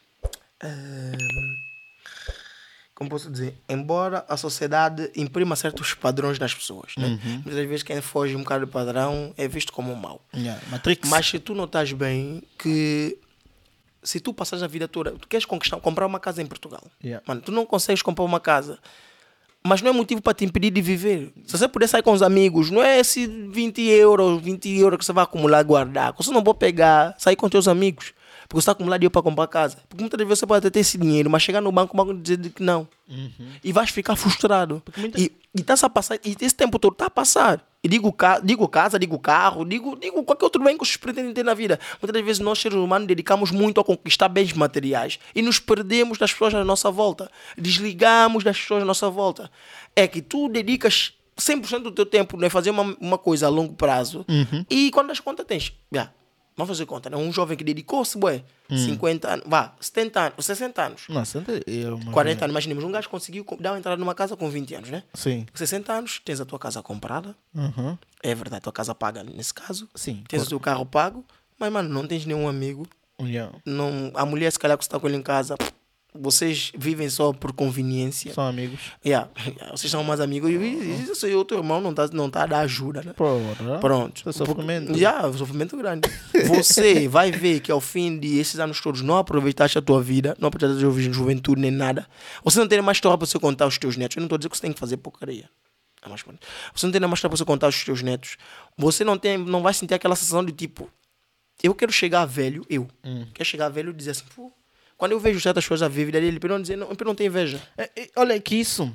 ehm, como posso dizer? Embora a sociedade imprima certos padrões nas pessoas. Né? Muitas vezes quem foge um bocado do padrão é visto como mau. Yeah. Matrix. Mas se tu notas bem que se tu passares a vida toda, tu queres conquistar, comprar uma casa em Portugal, Yeah. mano, tu não consegues comprar uma casa, mas não é motivo para te impedir de viver. Se você puder sair com os amigos, não é esse vinte euros, vinte euros que você vai acumular e guardar. Você não pode pegar, sair com teus amigos, porque você está acumulando dinheiro para comprar casa. Porque muitas vezes você pode até ter esse dinheiro, mas chegar no banco, o banco dizer que não. E vais ficar frustrado. E está a passar, e esse tempo todo está a passar. E digo, ca, digo casa, digo carro, digo, digo qualquer outro bem que vocês pretendem ter na vida. Muitas vezes nós, seres humanos, dedicamos muito a conquistar bens materiais e nos perdemos das pessoas à nossa volta. Desligamos das pessoas à nossa volta. É que tu dedicas cem por cento do teu tempo a fazer uma, uma coisa a longo prazo e quando das contas tens... Yeah, vamos fazer conta, né? Um jovem que dedicou-se, bué, cinquenta anos, vá, setenta anos, sessenta anos, Nossa, é uma... quarenta anos, imaginemos, um gajo conseguiu co- dar uma entrada numa casa com vinte anos, né? Sim. sessenta anos, tens a tua casa comprada, Uhum. é verdade, a tua casa paga nesse caso, Sim. tens o teu carro pago, mas, mano, não tens nenhum amigo, Yeah. não, a mulher, se calhar, que está com ele em casa, vocês vivem só por conveniência. São amigos. Yeah, yeah, vocês são mais amigos e, e, e o teu irmão não está não tá a dar ajuda, né? Porra. Pronto. Isso é sofrimento. Já, sofrimento grande. Você vai ver que ao fim de esses anos todos não aproveitaste a tua vida, não aproveitaste a tua ju- juventude nem nada. Você não tem mais história para você contar aos teus netos. Eu não estou a dizer que você tem que fazer porcaria. É mais bonito. Você não tem mais história para você contar aos teus netos. Você não, tem, não vai sentir aquela sensação de tipo, eu quero chegar velho, eu. Quero chegar velho e dizer assim, pô, quando eu vejo certas coisas a ver a vida dele, eu não dizer, não, eu não tenho inveja. É, é, olha que isso.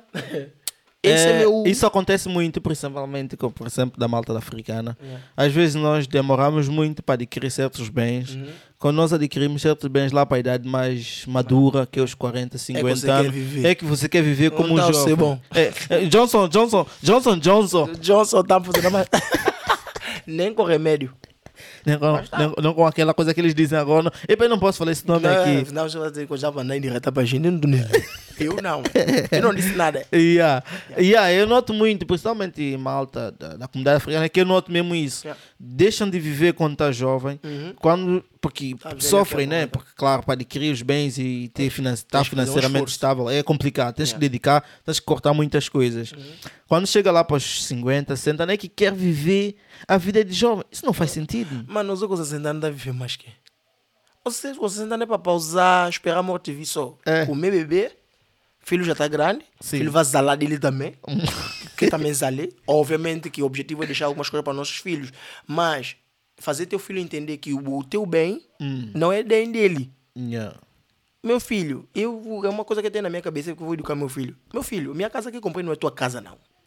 Esse é, É, meu. Isso acontece muito, principalmente com, por exemplo, da malta da africana. Yeah. Às vezes nós demoramos muito para adquirir certos bens. Uhum. Quando nós adquirimos certos bens lá para a idade mais madura, que é os quarenta, cinquenta você quer anos, viver. é que você quer viver como um Não, jovem. ser bom. É, é, Johnson, Johnson, Johnson, Johnson. Johnson tá fazendo mais. Nem com remédio. Não, com- não, não com aquela coisa que eles dizem agora. Não. Epa, eu não posso falar esse nome Não, aqui. não, você vai dizer que eu já mandei direto para a gente. Eu não, tô nem- eu não. Eu não disse nada. Yeah. Yeah, eu noto muito, principalmente em malta da, da comunidade africana, que eu noto mesmo isso. Yeah. Deixam de viver quando está jovem, quando, porque Tá velho, sofrem, que é né? bom, Porque, claro, para adquirir os bens e ter finan estar que fazer um financeiramente esforço. estável é complicado. Tens que Yeah. dedicar, tens que cortar muitas coisas. Quando chega lá para os cinquenta, sessenta, não é que quer viver a vida de jovem. Isso não faz sentido. Mano, os outros sessenta anos devem viver mais que. Você, os sessenta anos é para pausar, esperar a morte vir só. É. Comer, beber. Filho já está grande. Sim. Filho vai zalar dele também. Que também zalei. Obviamente que o objetivo é deixar algumas coisas para nossos filhos. Mas fazer teu filho entender que o, o teu bem não é bem dele. Yeah. Meu filho, eu, é uma coisa que eu tenho na minha cabeça que eu vou educar meu filho. Meu filho, minha casa que eu comprei não é tua casa, não.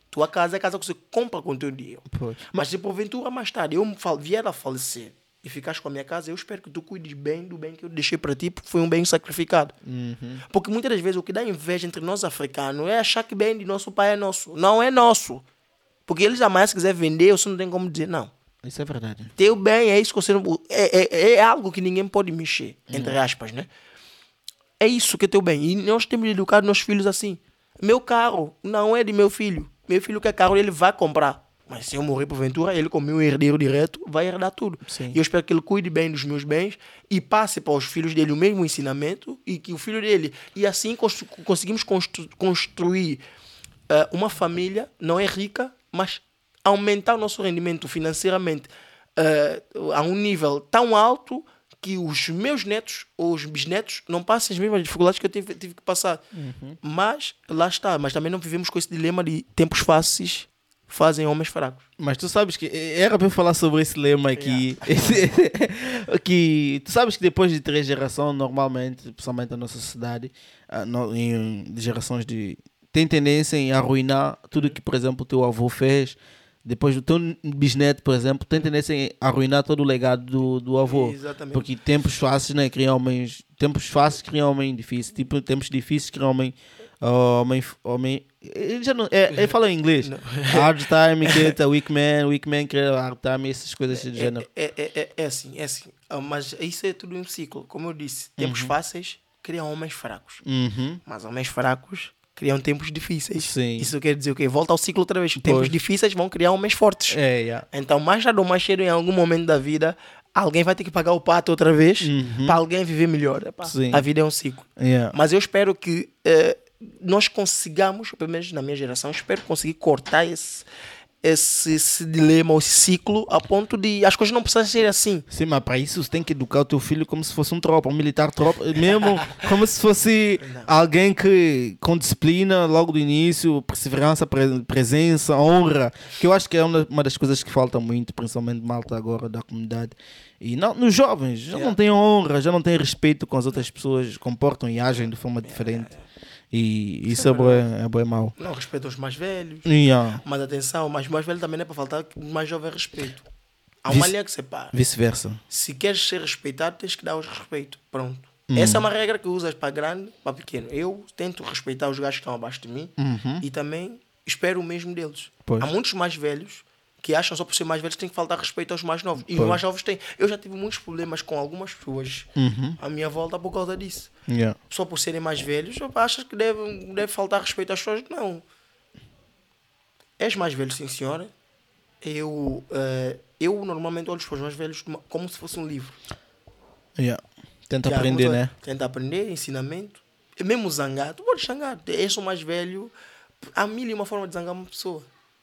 Tua casa é a casa que você compra com o teu dinheiro. Pois. Mas se porventura mais tarde eu me fal- vier a falecer e ficares com a minha casa, eu espero que tu cuides bem do bem que eu deixei para ti, porque foi um bem sacrificado. Uhum. Porque muitas das vezes o que dá inveja entre nós africanos é achar que bem de nosso pai é nosso. Não é nosso. Porque eles amanhã se quiser vender, você não tem como dizer não. Isso é verdade. Teu bem é isso que você não... É, é, é algo que ninguém pode mexer, entre aspas, né? É isso que é teu bem. E nós temos de educar nossos filhos assim. Meu carro não é de meu filho. Meu filho quer carro, ele vai comprar. Mas se eu morrer porventura, ele como meu herdeiro direto, vai herdar tudo. Sim. E eu espero que ele cuide bem dos meus bens e passe para os filhos dele o mesmo ensinamento e que o filho dele... E assim constru- conseguimos constru- construir uh, uma família, não é rica, mas aumentar o nosso rendimento financeiramente uh, a um nível tão alto que os meus netos ou os bisnetos não passem as mesmas dificuldades que eu tive, tive que passar. Uhum. Mas, lá está. Mas também não vivemos com esse dilema de tempos fáceis fazem homens fracos. Mas tu sabes que era para eu falar sobre esse lema aqui. Que tu sabes que depois de três gerações, normalmente, principalmente na nossa sociedade, ah, no- em gerações de. Tem tendência em arruinar tudo que, por exemplo, o teu avô fez. Depois do teu bisneto, por exemplo, tem tendência em arruinar todo o legado do, do avô. Exatamente. Porque tempos fáceis, né, criam homens. Tempos fáceis criam homem difícil. Tipo, tempos difíceis criam homem. Homem. homem ele, já não, é, ele fala em inglês. Não. Hard time cria weak man, weak man cria hard time, essas coisas do gênero. É, é, é, é assim, é assim. Ah, mas isso é tudo um ciclo. Como eu disse, tempos fáceis criam homens fracos. Uhum. Mas homens fracos criam tempos difíceis. Sim. Isso quer dizer o quê? Volta ao ciclo outra vez. Tempos Pois. difíceis vão criar homens fortes. É, yeah. Então, mais tarde ou mais cedo, em algum momento da vida, alguém vai ter que pagar o pato outra vez para alguém viver melhor. Epá, Sim. a vida é um ciclo. Yeah. Mas eu espero que eh, nós consigamos, pelo menos na minha geração, espero conseguir cortar esse, esse, esse dilema, esse ciclo, a ponto de as coisas não precisam ser assim. Sim, mas para isso você tem que educar o teu filho como se fosse um tropa, um militar tropa, mesmo como se fosse alguém que com disciplina logo do início, perseverança, pre- presença, honra, que eu acho que é uma, uma das coisas que falta muito, principalmente malta agora da comunidade. E não, nos jovens, já não têm honra, já não têm respeito com as outras pessoas, comportam e agem de forma diferente. E isso é bué, é bué mau. Não respeita os mais velhos. Yeah. Mas atenção, mas mais velho também não é para faltar que o mais jovem respeito. Há uma Vice- linha que separa. Vice-versa. Se queres ser respeitado, tens que dar os respeito. Pronto. Hum. Essa é uma regra que usas para grande, para pequeno. Eu tento respeitar os gajos que estão abaixo de mim e também espero o mesmo deles. Pois. Há muitos mais velhos que acham só por ser mais velhos tem que faltar respeito aos mais novos. E Pois. os mais novos têm. Eu já tive muitos problemas com algumas pessoas à minha volta por causa disso. Yeah. Só por serem mais velhos, achas que deve, deve faltar respeito às pessoas? Não. És mais velho, sim senhora. Eu, eh, eu normalmente olho para os mais velhos de uma- como se fosse um livro. Yeah. Tenta Já, aprender, como tu- né? Tenta aprender, ensinamento. E mesmo zangar, tu podes zangar. Eu sou mais velho. Há mil e uma forma de zangar uma pessoa.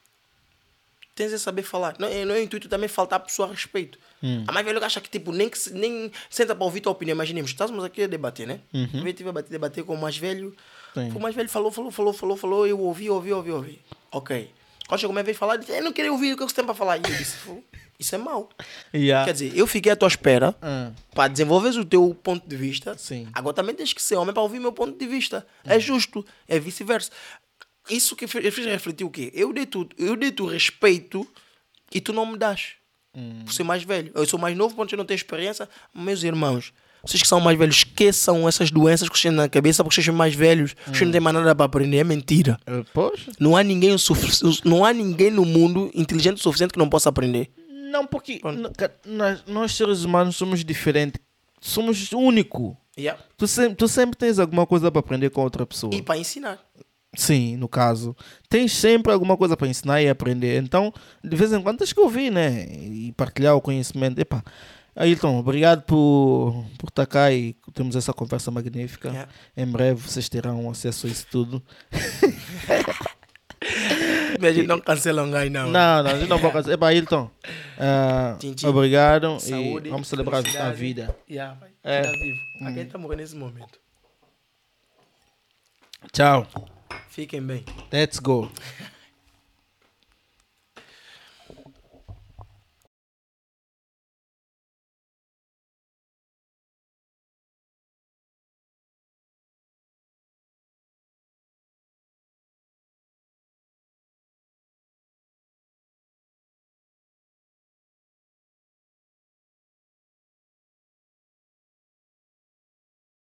Tens de saber falar. Não, é- não é o intuito também faltar a pessoa a respeito. A mais velho que acha que tipo, nem, que se- nem senta para ouvir tua opinião. Imaginemos, estávamos aqui a debater, né? Uhum. Eu tive a debater, debater com o mais velho. Sim. O mais velho falou, falou, falou, falou, falou. Eu ouvi, ouvi, ouvi, ouvi. Ok. Quando chegou a minha vez de falar, ele disse, eu não queria ouvir o que você tem para falar. E eu disse, "Pô, isso é mau. Yeah. Quer dizer, eu fiquei à tua espera Ah. para desenvolver o teu ponto de vista. Sim. Agora também tens que ser homem para ouvir meu ponto de vista. É justo. É vice-versa. Isso que fez, fez refletir o quê? Eu dei tu, eu dei tu respeito e tu não me das. Por ser mais velho. Eu sou mais novo, ponto eu não tenho experiência. Meus irmãos, vocês que são mais velhos, esqueçam essas doenças que vocês têm na cabeça porque vocês são mais velhos. Vocês não têm mais nada para aprender. É mentira. Eh, Poxa. Não há ninguém, o sufici- não há ninguém no mundo inteligente o suficiente que não possa aprender. Não, porque n- ca- nós, nós seres humanos somos diferentes. Somos único. Yeah. Tu sempre, tu sempre tens alguma coisa para aprender com outra pessoa. E para ensinar. Sim, no caso. Tens sempre alguma coisa para ensinar e aprender. Então, de vez em quando tens que ouvir, né? E partilhar o conhecimento. Epá. Ailton, obrigado por, por estar cá e temos essa conversa magnífica. Yeah. Em breve vocês terão acesso a isso tudo. A gente não cancela um gajo, não. Não, não, a gente não pode fazer. Epá, Ailton, ah, Tchim, tchim. obrigado Saúde, e vamos celebrar a felicidade. vida. Yeah, vai. É. Tá vivo. Aqui está morrendo nesse momento. Tchau. Fiquem bem. Let's go.